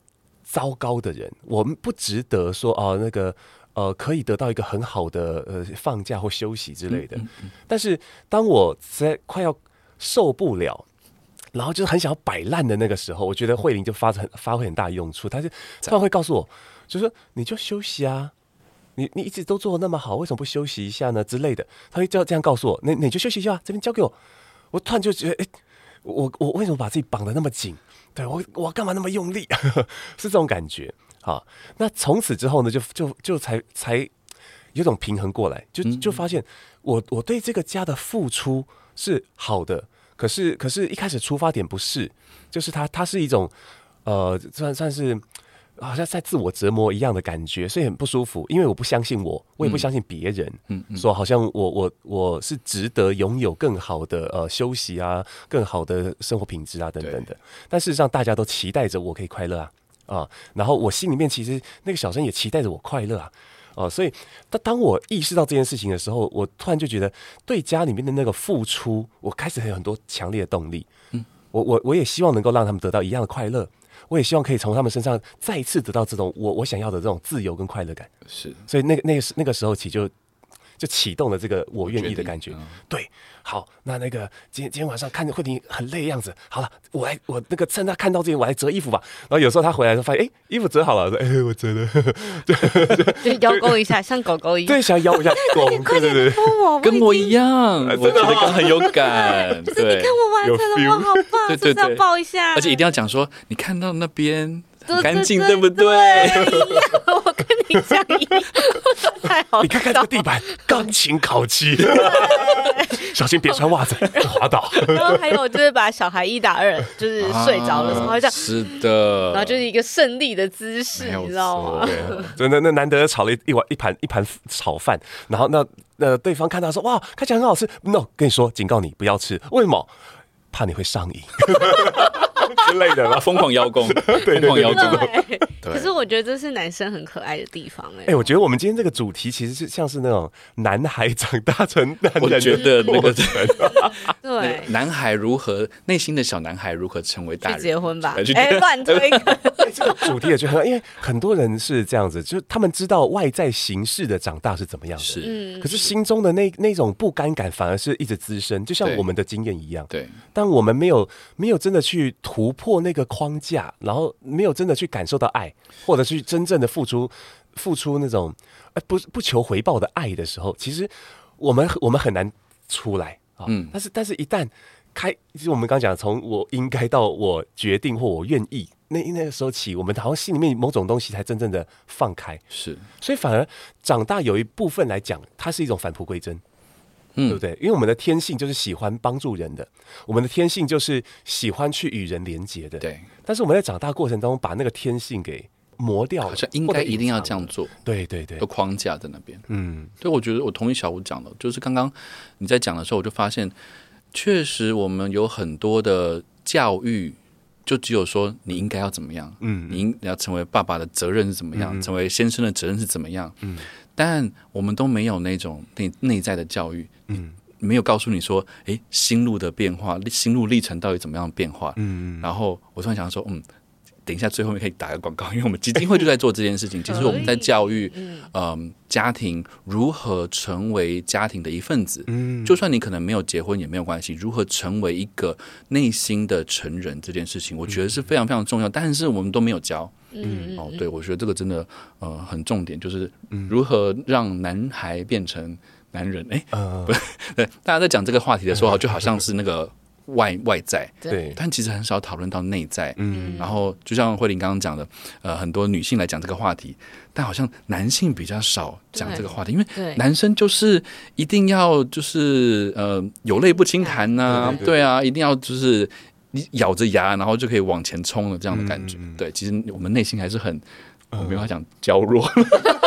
糟糕的人，我们不值得说那个可以得到一个很好的放假或休息之类的。但是当我在快要受不了，然后就是很想要摆烂的那个时候，我觉得慧玲就发挥很大的用处，她就突然会告诉我，就说你就休息啊。你一直都做得那么好，为什么不休息一下呢？之类的，他会这样告诉我，你就休息一下，这边交给我。我突然就觉得，我为什么把自己绑得那么紧？对我干嘛那么用力？是这种感觉。好，那从此之后呢，就才有种平衡过来，就发现我对这个家的付出是好的，可是一开始出发点不是，就是它是一种算是。好像在自我折磨一样的感觉，所以很不舒服。因为我不相信我也不相信别人，说好像我是值得拥有更好的休息啊，更好的生活品质啊等等的。但事实上，大家都期待着我可以快乐啊，然后我心里面其实那个小声也期待着我快乐所以当我意识到这件事情的时候，我突然就觉得对家里面的那个付出，我开始有很多强烈的动力。我也希望能够让他们得到一样的快乐。我也希望可以从他们身上再一次得到这种我想要的这种自由跟快乐感。 是， 所以那个时候起就启动了这个我愿意的感觉。对，好，那个今天晚上看着慧婷很累的样子，好了，我那个趁他看到这个，我来折衣服吧。然后有时候他回来就发现，衣服折好了，我折了， 就邀功一下，像狗狗一样， 对，想邀一下功， 快点摸我， 跟我一样，我觉得刚很有感， 就是你看我完成了，我好棒，是不是要抱一下？ 而且一定要讲说，你看到那边很干净，对不对？ 我跟你讲一样，太好笑了。 你看看这个地板，钢琴烤漆，小心别穿袜子滑倒。 然后还有就是把小孩1打2，就是睡着的时候这样， 是的， 然后就是一个胜利的姿势，你知道吗？ 真的，那难得炒了一盘炒饭，然后那对方看到说哇，看起来很好吃 ，no， 跟你说，警告你不要吃，为什么？怕你会上瘾之类的啦， 疯狂邀功， 疯狂邀功。 可是我觉得这是男生很可爱的地方我觉得我们今天这个主题其实是像是那种男孩长大成男人， 我觉得那个对男孩内心的小男孩如何成为大人？ 去结婚吧，乱推。 这个主题也觉得很，因为很多人是这样子，就是他们知道外在形式的长大是怎么样的， 是， 可是心中的那种不甘感反而是一直滋生，就像我们的经验一样。 对， 但我们没有真的去突破那个框架，然后没有真的去感受到爱，或者去真正的付出那种不求回报的爱的时候，其实我们很难出来啊。但是一旦就是我们刚讲，从我应该到我决定或我愿意，那个时候起，我们好像心里面某种东西才真正的放开。 是， 所以反而长大有一部分来讲，它是一种返璞归真。对不对？因为我们的天性就是喜欢帮助人的，我们的天性就是喜欢去与人连结的。 对。 但是我们在长大过程中，把那个天性给磨掉了， 好像应该一定要这样做。 对， 有框架在那边。对，我觉得我同意小吴讲的，就是刚刚你在讲的时候，我就发现，确实我们有很多的教育，就只有说你应该要怎么样，你要成为爸爸的责任是怎么样，成为先生的责任是怎么样，但我们都没有那种内在的教育，没有告诉你说，心路的变化，心路历程到底怎么样的变化，然后我突然想说，等一下最后面可以打个广告，因为我们基金会就在做这件事情。其实我们在教育家庭如何成为家庭的一份子，就算你可能没有结婚也没有关系，如何成为一个内心的成人这件事情，我觉得是非常非常重要，但是我们都没有教。对，我觉得这个真的很重点，就是如何让男孩变成男人。不是，对，大家在讲这个话题的时候，就好像是那个外在， 对， 但其实很少讨论到内在。然后就像慧玲刚刚讲的，很多女性来讲这个话题，但好像男性比较少讲这个话题，因为男生就是一定要就是有泪不轻弹呐，对啊，一定要就是咬着牙，然后就可以往前冲了这样的感觉。对，其实我们内心还是很，我没有讲娇弱。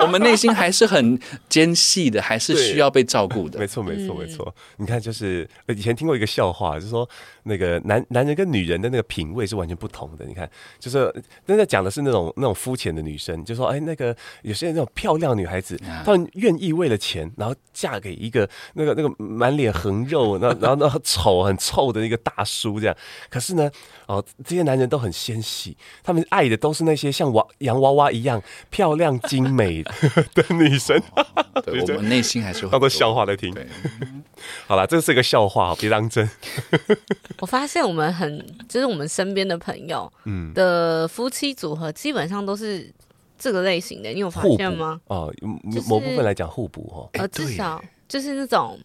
我们内心还是很尖细的，还是需要被照顾的。 没错，没错，没错。你看，就是以前听过一个笑话，就是说那个男人跟女人的那个品味是完全不同的。你看，就是真的讲的是那种肤浅的女生，就说那个有些那种漂亮女孩子，她们愿意为了钱，然后嫁给一个那个满脸横肉，然后很臭的一个大叔这样。可是呢，这些男人都很纤细，他们爱的都是那些像洋娃娃一样漂亮精美的女生。 对，我们内心还是会当做笑话在听。好啦，这是个笑话，别当真。 我发现就是我们身边的朋友的夫妻组合基本上都是这个类型的，你有发现吗？ 某部分来讲互补至少就是那种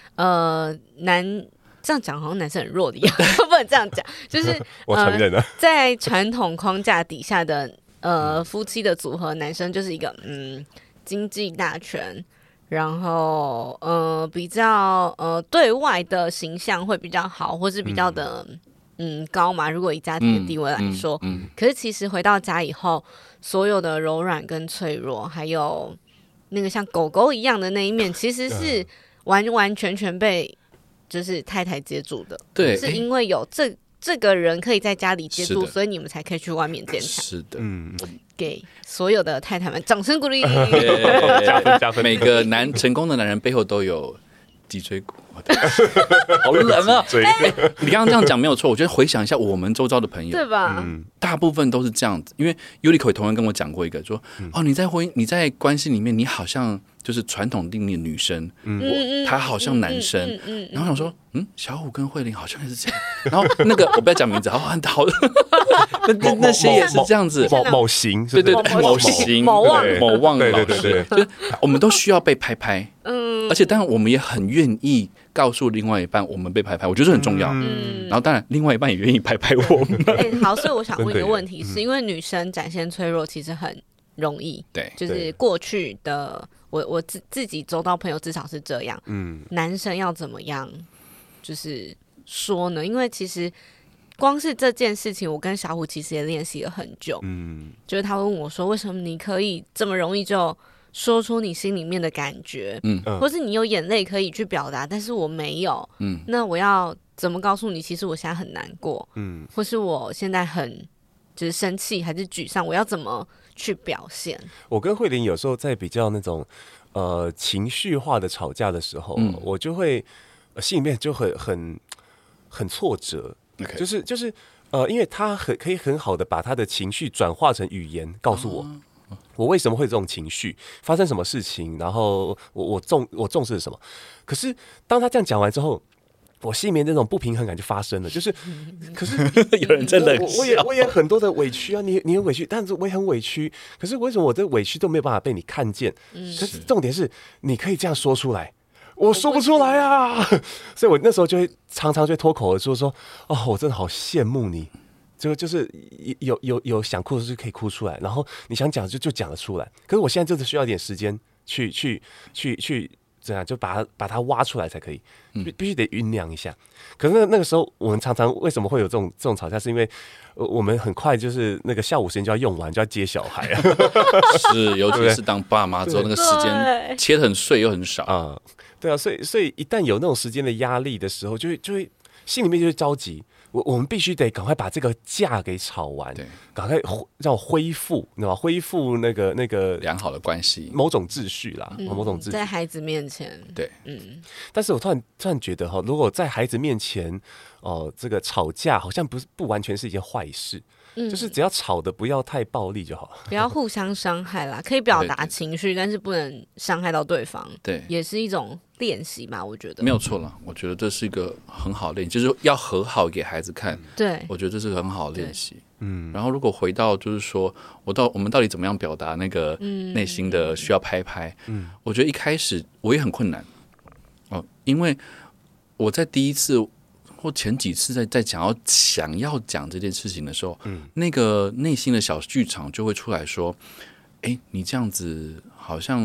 这样讲好像男生很弱的样子，不能这样讲，就是我承认了， 在传统框架底下的夫妻的组合，男生就是一个经济大权，然后比较对外的形象会比较好，或是比较的高嘛。如果以家庭的地位来说，可是其实回到家以后，所有的柔软跟脆弱，还有那个像狗狗一样的那一面，其实是完完全全被就是太太接住的。 对， 是因为有这个人可以在家里接住，所以你们才可以去外面坚强。 是的， 给所有的太太们掌声鼓励。 加分。 每个成功的男人背后都有脊椎骨，好冷啊！你刚刚这样讲没有错，我觉得回想一下我们周遭的朋友， 对吧？ 大部分都是这样子。因为尤里口也同样跟我讲过一个，说你在关系里面，你好像就是传统定义的女生，他好像男生，然后我想说，小虎跟慧玲好像也是这样。然后那个我不要讲名字，好，那些也是这样子， 某型， 对，某型，某旺老师，就是我们都需要被拍拍，而且当然我们也很愿意告诉另外一半我们被拍拍，我觉得这很重要。然后当然另外一半也愿意拍拍我们。 好，所以我想问一个问题，是因为女生展现脆弱其实很容易， 对， 就是过去的我自己周遭朋友至少是这样，男生要怎么样就是说呢？因为其实光是这件事情，我跟小虎其实也练习了很久，就是他会问我说，为什么你可以这么容易就说出你心里面的感觉，或是你有眼泪可以去表达，但是我没有，那我要怎么告诉你，其实我现在很难过，或是我现在很就是生气还是沮丧，我要怎么去表现？ 我跟慧玲有时候在比较那种情绪化的吵架的时候，我就会心里面就很挫折，就是因为他可以很好的把他的情绪转化成语言告诉我。我为什么会有这种情绪？发生什么事情？然后我重视什么？可是当他这样讲完之后，我心里面那种不平衡感就发生了。就是，可是有人在冷笑， 我也很多的委屈啊，你很委屈，但是我也很委屈。可是为什么我的委屈都没有办法被你看见？可是重点是，你可以这样说出来，我说不出来啊。所以我那时候就会常常就脱口而出说：“哦，我真的好羡慕你。”就是有想哭的时候就可以哭出来，然后你想讲就讲得出来。可是我现在真的需要一点时间去这样就把它挖出来才可以，必须得酝酿一下。可是那个时候我们常常为什么会有这种吵架，是因为我们很快就是那个下午时间就要用完，就要接小孩啊。 是，尤其是当爸妈之后，那个时间切得很碎又很少啊。 对啊，所以一旦有那种时间的压力的时候，就会心里面就会着急。我们必须得赶快把这个架给吵完，赶快让我恢复，你知道吗？恢复那个良好的关系， 某种秩序啦，某种秩序在孩子面前， 对， 但是我突然觉得如果在孩子面前，这个吵架好像不完全是一件坏事。就是只要吵的不要太暴力就好， 不要互相伤害啦。可以表达情绪，但是不能伤害到对方。对，也是一种练习吧，我觉得没有错了。我觉得这是一个很好的练习，就是要和好给孩子看。 对， 我觉得这是个很好的练习。然后如果回到就是说我们到底怎么样表达那个内心的需要拍拍？我觉得一开始我也很困难因为我在第一次或前几次在想要讲这件事情的时候，那个内心的小剧场就会出来说：“哎，你这样子好像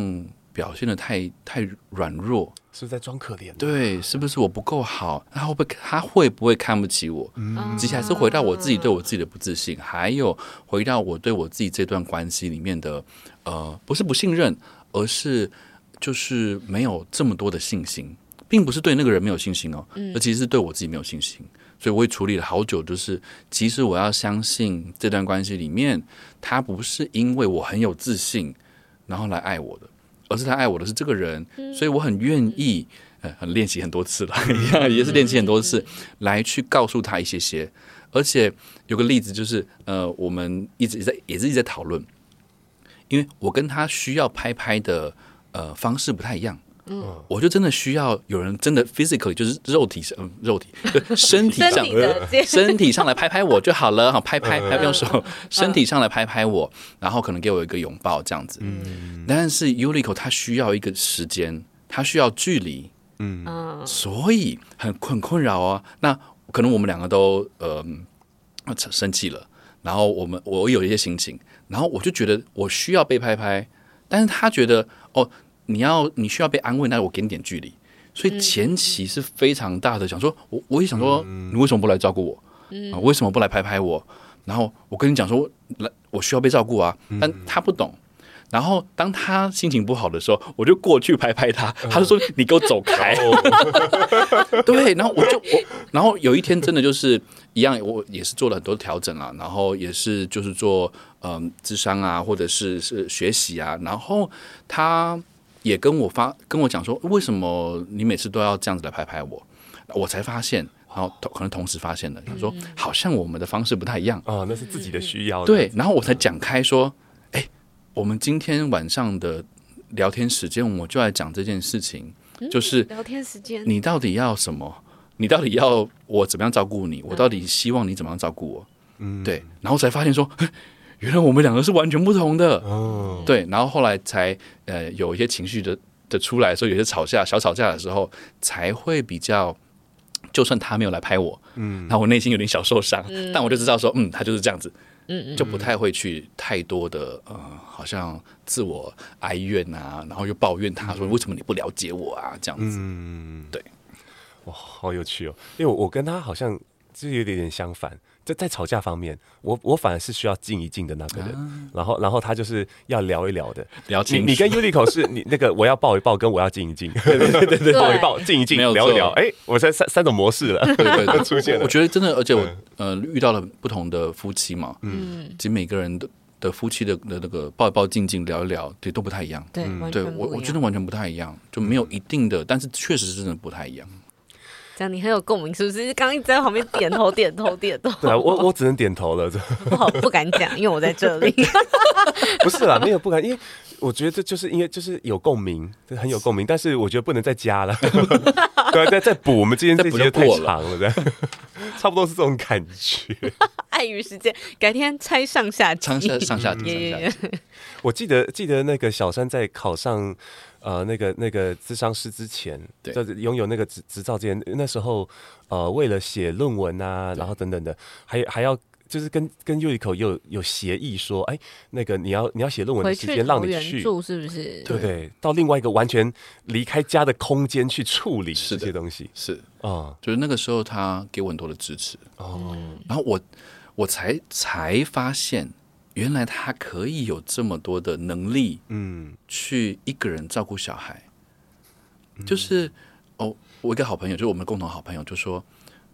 表现的太软弱？ 是不是在装可怜？ 对，是不是我不够好？他会不会看不起我？其实还是回到我自己对我自己的不自信，还有回到我对我自己这段关系里面的不是不信任，而是就是没有这么多的信心，并不是对那个人没有信心哦，而其实是对我自己没有信心。所以我也处理了好久，就是其实我要相信这段关系里面，他不是因为我很有自信然后来爱我的，而是他爱我的是这个人，所以我很愿意很练习很多次了也是练习很多次来去告诉他一些。而且有个例子就是我们也是一直在讨论，因为我跟他需要拍的方式不太一样。我就真的需要有人真的 physically 就是肉体身体上来拍我就好了，好拍用手身体上来拍我，然后可能给我一个拥抱这样子。但是 Yuriko 他需要一个时间，他需要距离，所以很困扰啊。那可能我们两个都生气了，然后我有一些心情，然后我就觉得我需要被拍，但是他觉得你需要被安慰，那我给你点距离。所以前期是非常大的，想说我也想说，你为什么不来照顾我？为什么不来拍我？然后我跟你讲说，我需要被照顾啊，但他不懂。然后当他心情不好的时候，我就过去拍他，他就说你给我走开。对，然后然后有一天真的就是一样，我也是做了很多调整啊，然后也是就是做諮商啊，或者是学习啊，然后他也跟我讲说，为什么你每次都要这样子来拍我？我才发现，然后可能同时发现了，他说好像我们的方式不太一样那是自己的需要。 对，然后我才讲开说，我们今天晚上的聊天时间，我们就来讲这件事情，就是聊天时间， 你到底要什么？你到底要我怎么样照顾你？我到底希望你怎么样照顾我？对，然后才发现说，原来我们两个是完全不同的。对，然后后来才有一些情绪的出来的时候，有些小吵架的时候，才会比较，就算他没有来拍我，然后我内心有点小受伤，但我就知道说，他就是这样子。就不太会去太多的好像自我哀怨啊，然后又抱怨他说为什么你不了解我啊这样子。对， 哇，好有趣哦！因为我跟他好像就是有点相反，在吵架方面，我反而是需要静一静的那个人，然后他就是要聊一聊的， 聊情绪。 你跟 Yuriko 是你那个我要抱一抱，跟我要静一静，对，抱一抱，静一静，聊一聊。我在三种模式了， 对出现了。 我觉得真的，而且我遇到了不同的夫妻嘛，其实每个人的夫妻的那个抱一抱、静静聊一聊，对，都不太一样。 对， 我觉得完全不太一样，就没有一定的，但是确实是真的不太一样。 这样你很有共鸣，是不是？刚刚一直在旁边点头。对啊，我只能点头了。 不敢讲，因为我在这里。 不是啦，没有不敢，因为我觉得这就是因为就是有共鸣，很有共鸣。但是我觉得不能再加了，对，再补。我们今天这集就太长了，差不多是这种感觉。 碍于时间，改天拆上下集。 上下集。 我记得那个小山在考上那个諮商师之前，在拥有那个执照之前，那时候为了写论文啊，然后等等的，还要就是跟 Yuriko 有协议说，那个你要写论文的时间让你去， 是不是？ 对，到另外一个完全离开家的空间去处理这些东西， 是就是那个时候他给我很多的支持然后我才发现。原来他可以有这么多的能力，去一个人照顾小孩。就是我一个好朋友，就是我们的共同好朋友，就说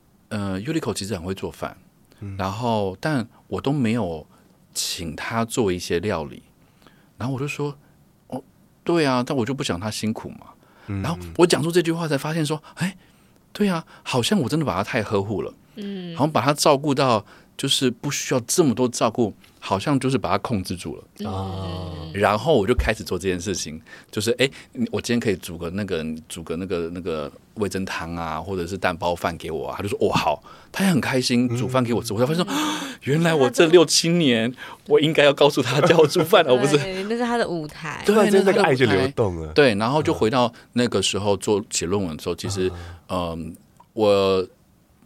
，Yuriko 其实很会做饭，然后但我都没有请他做一些料理，然后我就说，对啊，但我就不想他辛苦嘛。然后我讲出这句话，才发现说，对啊，好像我真的把他太呵护了，好像把他照顾到就是不需要这么多照顾。好像就是把它控制住了然后我就开始做这件事情，就是我今天可以煮个那个味噌汤啊，或者是蛋包饭给我啊，他就说好，他也很开心煮饭给我吃，我才发现说原来我这6-7年我应该要告诉他叫我煮饭了，不是？ 那是他的舞台， 对，那个爱就流动了。 对，然后就回到那个时候写论文的时候，其实我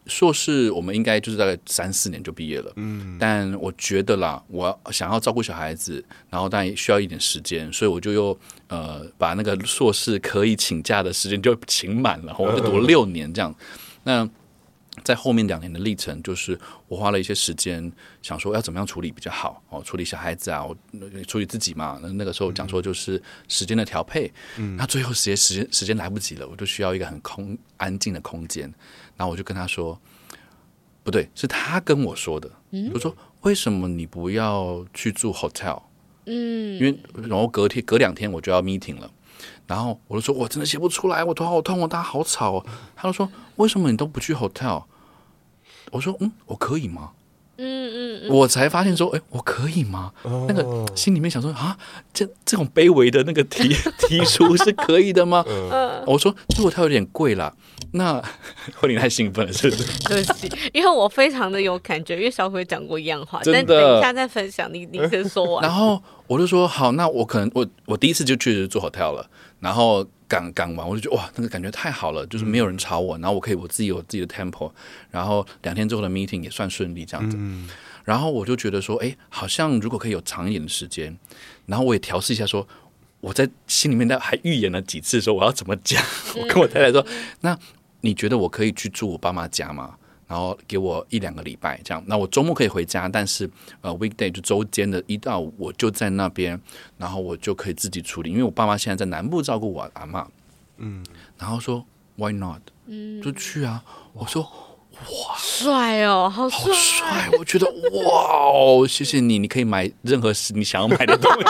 硕士我们应该就是大概3-4年就毕业了，但我觉得啦，我想要照顾小孩子，然后当然需要一点时间，所以我就又把那个硕士可以请假的时间就请满了，我就读了6年这样。那在后面2年的历程，就是我花了一些时间想说要怎么样处理比较好处理小孩子啊，我处理自己嘛。那个时候讲说就是时间的调配，那最后时间来不及了，我就需要一个很安静的空间。然后我就跟他说，不对，是他跟我说的，就说为什么你不要去住 hotel？因为然后隔2天我就要 meeting 了。然后我就说我真的写不出来，我头好痛，大家好吵他就说为什么你都不去 hotel？ 我说我可以吗？我才发现说我可以吗？那个心里面想说啊，这种卑微的那个提出是可以的吗？我说住 hotel 有点贵啦。那慧玲太兴奋了，是不是？ 对不起，因为我非常的有感觉，因为小辉讲过一样话， 但等一下再分享，你先说完。 然后我就说好，那我可能我第一次就确实住 hotel 了，然后赶完我就觉得哇，那个感觉太好了，就是没有人吵我，然后我可以我自己有自己的 tempo， 然后2天之后的 meeting 也算顺利这样子。然后我就觉得说，好像如果可以有长一点的时间，然后我也调试一下说。我在心里面还预演了几次说我要怎么讲，我跟我太太说，那你觉得我可以去住我爸妈家吗？然后给我1-2个礼拜这样，那我周末可以回家，但是weekday 就周间的1到5我就在那边，然后我就可以自己处理，因为我爸妈现在在南部照顾我阿嬷，然后说 why not，就去啊，我说。哇， 帅哦，好帅！我觉得哇，谢谢你，你可以买任何你想要买的东西，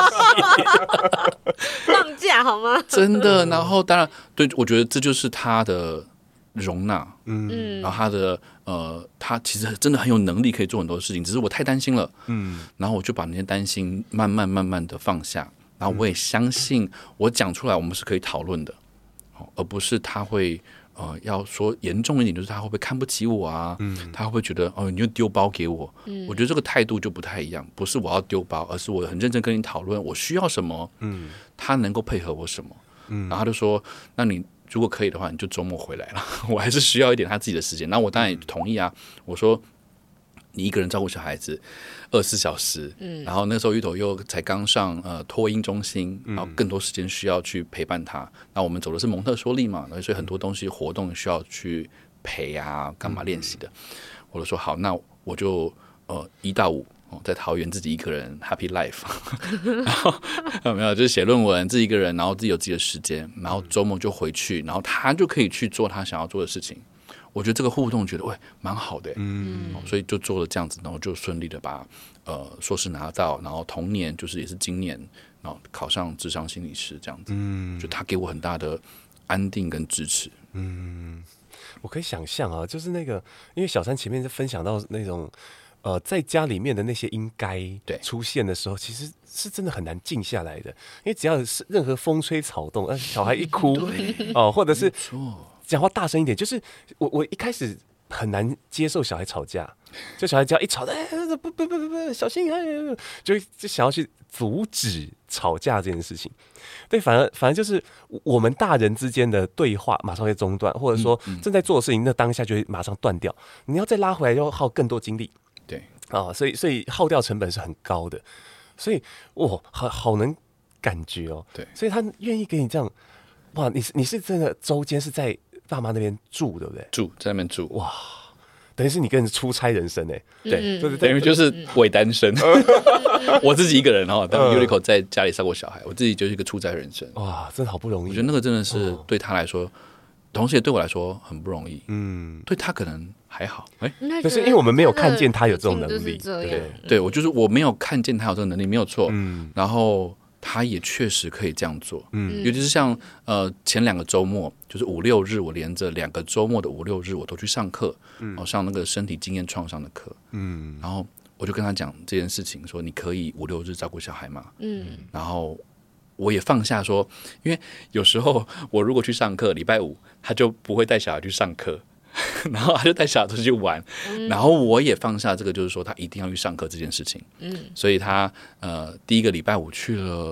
放假好吗？ 真的。然后当然，对，我觉得这就是他的容纳，然后他其实真的很有能力可以做很多事情，只是我太担心了，然后我就把那些担心慢慢的放下，然后我也相信我讲出来，我们是可以讨论的，而不是他会。要说严重一点，就是他会不会看不起我啊？他会不会觉得你就丢包给我？我觉得这个态度就不太一样，不是我要丢包，而是我很认真跟你讨论我需要什么，他能够配合我什么。然后他就说，那你如果可以的话，你就周末回来了。我还是需要一点他自己的时间。那我当然也同意啊。我说你一个人照顾小孩子24小时，然后那时候芋头又才刚上托婴中心，然后更多时间需要去陪伴他。那我们走的是蒙特梭利嘛，所以很多东西活动需要去陪啊，干嘛练习的。我就说好，那我就1到5在桃园自己一个人 happy life， 然后没有就是写论文自己一个人，然后自己有自己的时间，然后周末就回去，然后他就可以去做他想要做的事情。我觉得这个互动觉得蛮好的，所以就做了这样子，然后就顺利的把硕士拿到，然后同年就是也是今年，然后考上諮商心理师这样子，就他给我很大的安定跟支持。 我可以想象啊，就是那个，因为小三前面分享到那种在家里面的那些应该出现的时候，其实是真的很难静下来的，因为只要是任何风吹草动，小孩一哭或者是讲话大声一点，就是我一开始很难接受小孩吵架，就小孩只要一吵，不，小心，就想要去阻止吵架这件事情。对，反而就是我们大人之间的对话马上会中断，或者说正在做的事情，那当下就会马上断掉。你要再拉回来，要耗更多精力。 对所以耗掉成本是很高的。所以好能感觉哦。 对， 所以他愿意给你这样，哇，你是真的周间是在爸妈那边住，对不对？ 在那边住， 哇，等于是你跟人出差人生哎， 对，等于就是伪单身，我自己一个人但 Yuriko 在家里照顾小孩，我自己就是一个出差人生， 哇，真的好不容易。 我觉得那个真的是对他来说，同时也对我来说很不容易，对他可能还好， 就是因为我们没有看见他有这种能力， 对，我没有看见他有这种能力，没有错，然后。他也确实可以这样做，尤其是像前2个周末，就是5、6日，我连着2个周末的5、6日，我都去上课，上那个身体经验创伤的课，然后我就跟他讲这件事情，说你可以5、6日照顾小孩吗？然后我也放下说，因为有时候我如果去上课，礼拜5他就不会带小孩去上课。然后他就带小孩出去玩，然后我也放下这个，就是说他一定要去上课这件事情。所以他第1个礼拜5去了，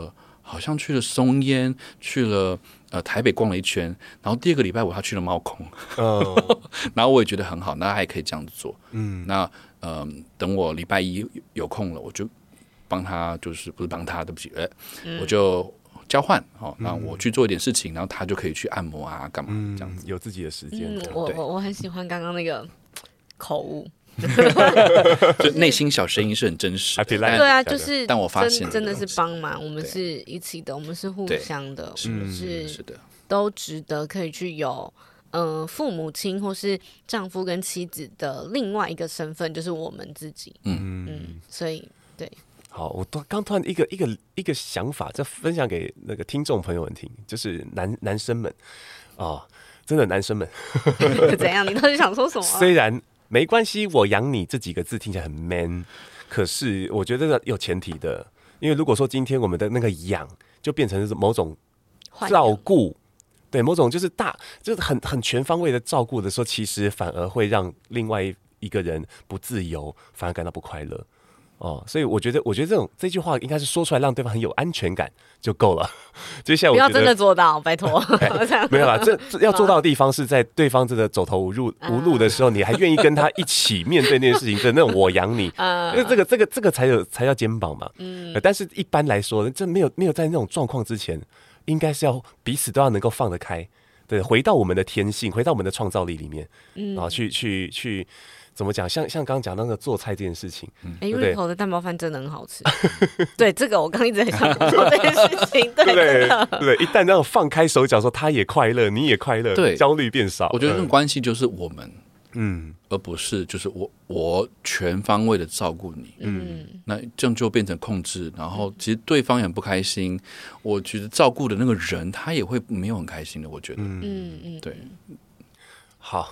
好像去了松烟，去了台北逛了一圈，然后第二个礼拜他去了猫空，然后我也觉得很好，那他也可以这样子做。那等我礼拜一有空了，我就帮他，就是不是帮他，对不起，我就交换那我去做一点事情，然后他就可以去按摩啊，干嘛这样子， 有自己的时间。 我很喜欢刚刚那个口误。 就内心小声音是很真实的， 对啊，就是， 但我发现真的是帮忙，我们是一起的，我们是互相的，是的，都值得可以去有父母亲或是丈夫跟妻子的另外一个身份，就是我们自己。所以对。 好，我刚突然一个想法，再分享给那个听众朋友们听，就是男生们真的男生们怎样？你到底想说什么？ 虽然没关系，我养你这几个字听起来很 man， 可是我觉得有前提的，因为如果说今天我们的那个养就变成某种照顾，对，某种就是很全方位的照顾的时候，其实反而会让另外一个人不自由，反而感到不快乐。所以我觉得这句话应该是说出来让对方很有安全感就够了。接下来我觉得不要真的做到，拜托。 没有啦，这要做到的地方是在对方真的走投无路的时候，你还愿意跟他一起面对那件事情的那种我养你，因为这个才叫肩膀嘛。但是一般来说，这没有在那种状况之前，应该是要彼此都要能够放得开，对，回到我们的天性，回到我们的创造力里面，然后去。怎么讲？像刚刚讲那个做菜这件事情 ，Uniqlo 的蛋包饭真的很好吃。对，这个我刚一直在想做这件事情， 对，一旦那种放开手脚，说他也快乐，你也快乐，对，焦虑变少。 我觉得这种关系就是我们，而不是就是我全方位的照顾你，那这样就变成控制，然后其实对方也很不开心。我觉得照顾的那个人他也会没有很开心的，我觉得，对， 好。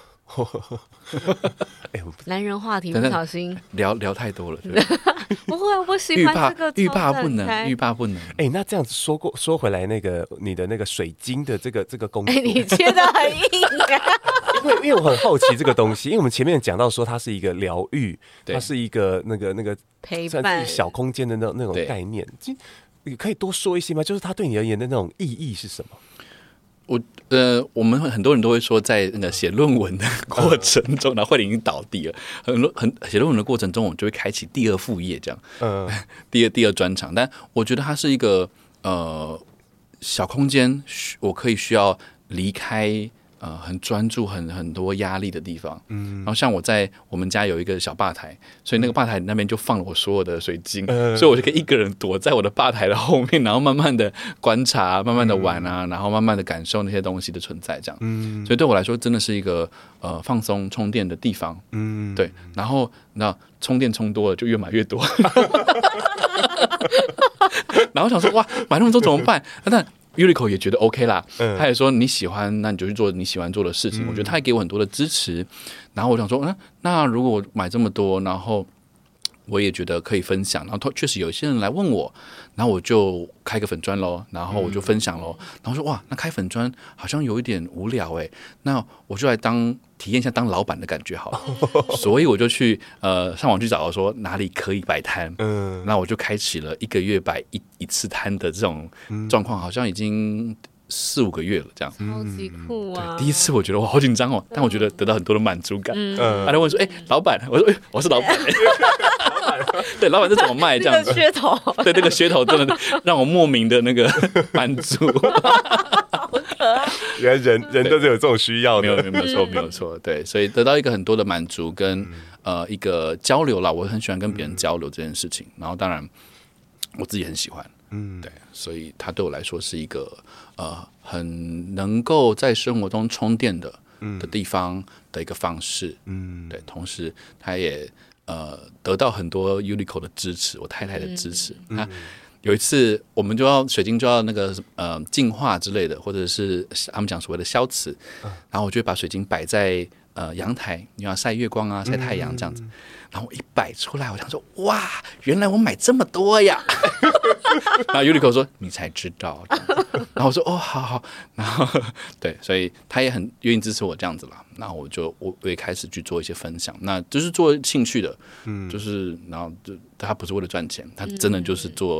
男人话题不小心聊太多了， 不会，我喜欢这个欲罢不能。 那这样子说回来，那个你的那个水晶的这个工作， 你切得很硬啊。 因为我很好奇这个东西，因为我们前面讲到说它是一个疗愈，它是一个那个陪伴小空间的那种概念，你可以多说一些吗？就是它对你而言的那种意义是什么？ 我们很多人都会说，在那个写论文的过程中，然后慧玲已经倒地了。写论文的过程中，我们就会开启第二副业，这样，第二专场。但我觉得它是一个小空间，我可以需要离开很专注、很多压力的地方。然后像我们家有一个小吧台，所以那个吧台那边就放了我所有的水晶，所以我就可以一个人躲在我的吧台的后面，然后慢慢的观察、慢慢的玩啊，然后慢慢的感受那些东西的存在，这样。所以对我来说，真的是一个放松、充电的地方。对。然后那充电充多了，就越买越多。然后想说，哇，买那么多怎么办？但Uniqlo 也觉得 OK 啦，他也说你喜欢，那你就去做你喜欢做的事情。我觉得他也给我很多的支持。然后我想说，那如果我买这么多，然后我也觉得可以分享，然后确实有些人来问我，然后我就开个粉专咯，然后我就分享咯，然后说哇，那开粉专好像有一点无聊欸，那我就来体验一下当老板的感觉好了。所以我就去上网去找说哪里可以摆摊，那我就开启了1个月摆一次摊的这种状况，好像已经4-5个月了，这样超级酷啊！ 第一次我觉得我好紧张哦，但我觉得得到很多的满足感。他就问说：“老板？”我说：“我是老板。”对，老板是怎么卖这样子？ 噱头， 对，那个噱头真的让我莫名的那个满足。 好可爱！ 原来人都是有这种需要的， 没有错，对，所以得到一个很多的满足跟一个交流啦，我很喜欢跟别人交流这件事情，然后当然我自己很喜欢，对，所以它对我来说是一个很能够在生活中充电的地方的一个方式，对，同时它也得到很多 Uniqlo 的支持，我太太的支持。有一次我们水晶就要那个净化之类的，或者是他们讲所谓的消磁，然后我就会把水晶摆在阳台，你要晒月光啊，晒太阳这样子。然后我一摆出来，我想说哇，原来我买这么多呀！然后 Uniqlo 说你才知道，然后我说哦，好，然后对，所以他也很愿意支持我这样子啦。然后我也开始去做一些分享，那就是做兴趣的，就是然后他不是为了赚钱，他真的就是做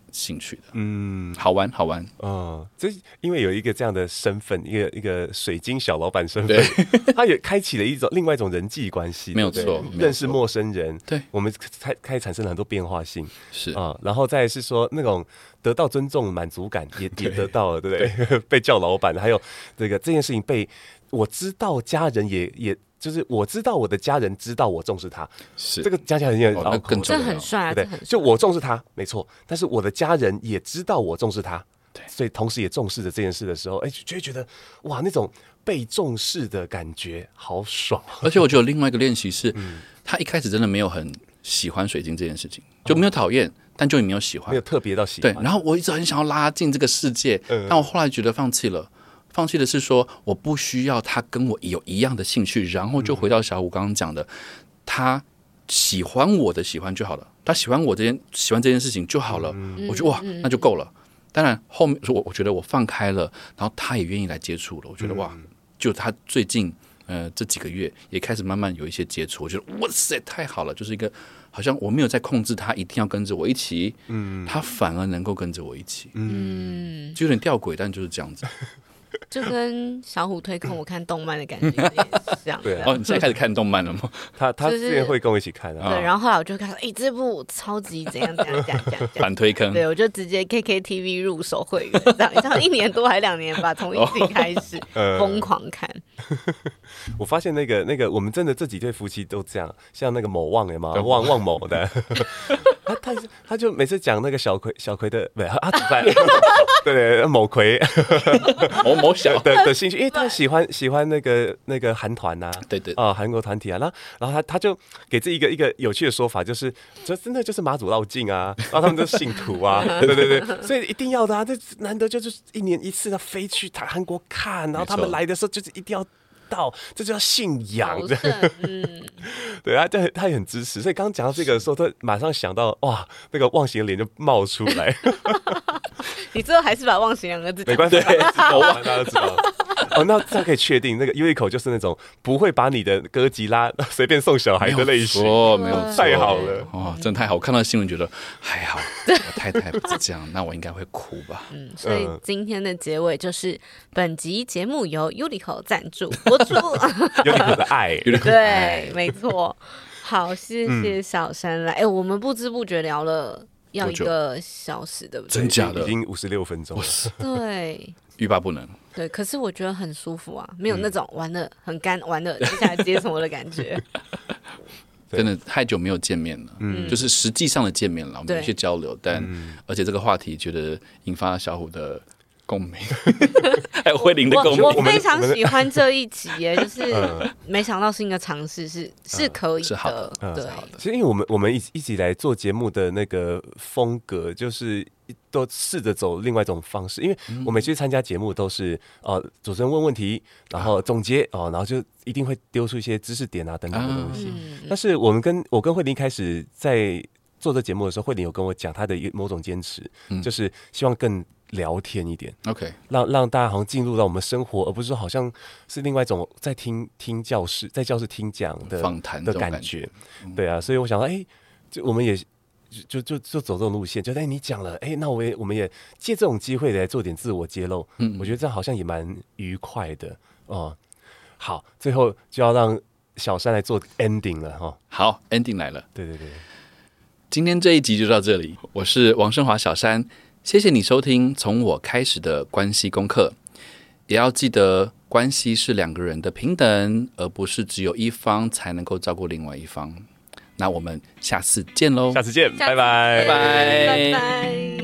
兴趣的。好玩。 这因为有一个这样的身份，一个水晶小老板身份，他也开启了另外一种人际关系， 没有错， 认识陌生人， 对， 我们开始产生了很多变化性， 是然后再是说那种得到尊重、满足感也得到了，对不对？被叫老板，还有这件事情我知道家人也。就是我知道我的家人知道我重视他， 是这个讲起来很那更重要， 这很帅， 对不对？就我重视他，没错，但是我的家人也知道我重视他，对，所以同时也重视着这件事的时候，就会觉得哇，那种被重视的感觉好爽。 而且我觉得另外一个练习是，他一开始真的没有很喜欢水晶这件事情，就没有讨厌，但就也没有喜欢， 没有特别到喜欢。 对，然后我一直很想要拉进这个世界，但我后来觉得放弃了。放弃的是说，我不需要他跟我有一样的兴趣，然后就回到小虎刚刚讲的，他喜欢我的喜欢就好了，他喜欢这件事情就好了。我觉得哇，那就够了。当然后面我觉得我放开了，然后他也愿意来接触了。我觉得哇，就他最近这几个月也开始慢慢有一些接触，我觉得哇塞太好了，就是一个好像我没有在控制他一定要跟着我一起，他反而能够跟着我一起，就有点吊诡，但就是这样子。 就跟小虎推坑我看动漫的感觉也是这样。 对哦，你现在开始看动漫了吗？ 他之前会跟我一起看啊。对，然后后来我就看说，这部超级怎样反推坑。 对，我就直接 KKTV 入手会员，这样1年多还2年吧，从一集开始疯狂看。 我发现那个我们真的这几对夫妻都这样，像那个某旺有吗？旺某的，他就每次讲那个小葵的，不是对某葵。 某小的兴趣，因为他喜欢那个韩团呐， 对韩国团体啊，然后他就给这一个有趣的说法，就是真的就是妈祖绕境啊，然后他们都信徒啊，对，所以一定要的啊，这难得就是1年1次的飞去韩国看，然后他们来的时候就是一定要到，这就叫信仰。对啊，他也很支持，所以刚刚讲到这个的时候，他马上想到哇，那个忘形的脸就冒出来。 你最后还是把忘形2个字没关系，我忘大家都知道。那这样可以确定，那个 Yuriko 就是那种不会把你的歌集拉随便送小孩的类型。 没有错， 太好了哦，真的太好。我看到新闻觉得还好，我太太不是这样，那我应该会哭吧。 所以今天的结尾就是本集节目由 Yuriko 赞助播出。 Yuriko 的爱， 对，没错。好，谢谢小山来。我们不知不觉聊了要1个小时，对不对？ 真假的， 已经56分钟了。 对， 欲罢不能。 对，可是我觉得很舒服啊，没有那种玩的很干，玩的接下来接什么的感觉。 真的太久没有见面了，就是实际上的见面了，我们有一些交流，但而且这个话题觉得引发小虎的共鸣，还有慧玲的共鸣。 我非常喜欢这一集耶，就是没想到是一个尝试，是可以的， 是好的， 对。 其实因为我们一起来做节目的那个风格，就是都试着走另外一种方式。因为我每次参加节目都是主持人问问题，然后总结然后就一定会丢出一些知识点啊等等的东西。但是我跟慧玲开始在做这节目的时候，慧玲有跟我讲她的某种坚持，就是希望更聊天一点 ，OK， 让大家好像进入到我们生活，而不是说好像是另外一种在听教室听讲的访谈的感觉。对啊，所以我想到，就我们也就走这种路线，就你讲了，那我们也借这种机会来做点自我揭露。我觉得这样好像也蛮愉快的哦。好，最后就要让小山来做 ending 了哈。 好 ，ending 来了。 对， 今天这一集就到这里，我是王生华小山。谢谢你收听从我开始的关系功课，也要记得关系是2个人的平等，而不是只有一方才能够照顾另外一方。那我们下次见喽！ 下次见，拜拜， 拜拜。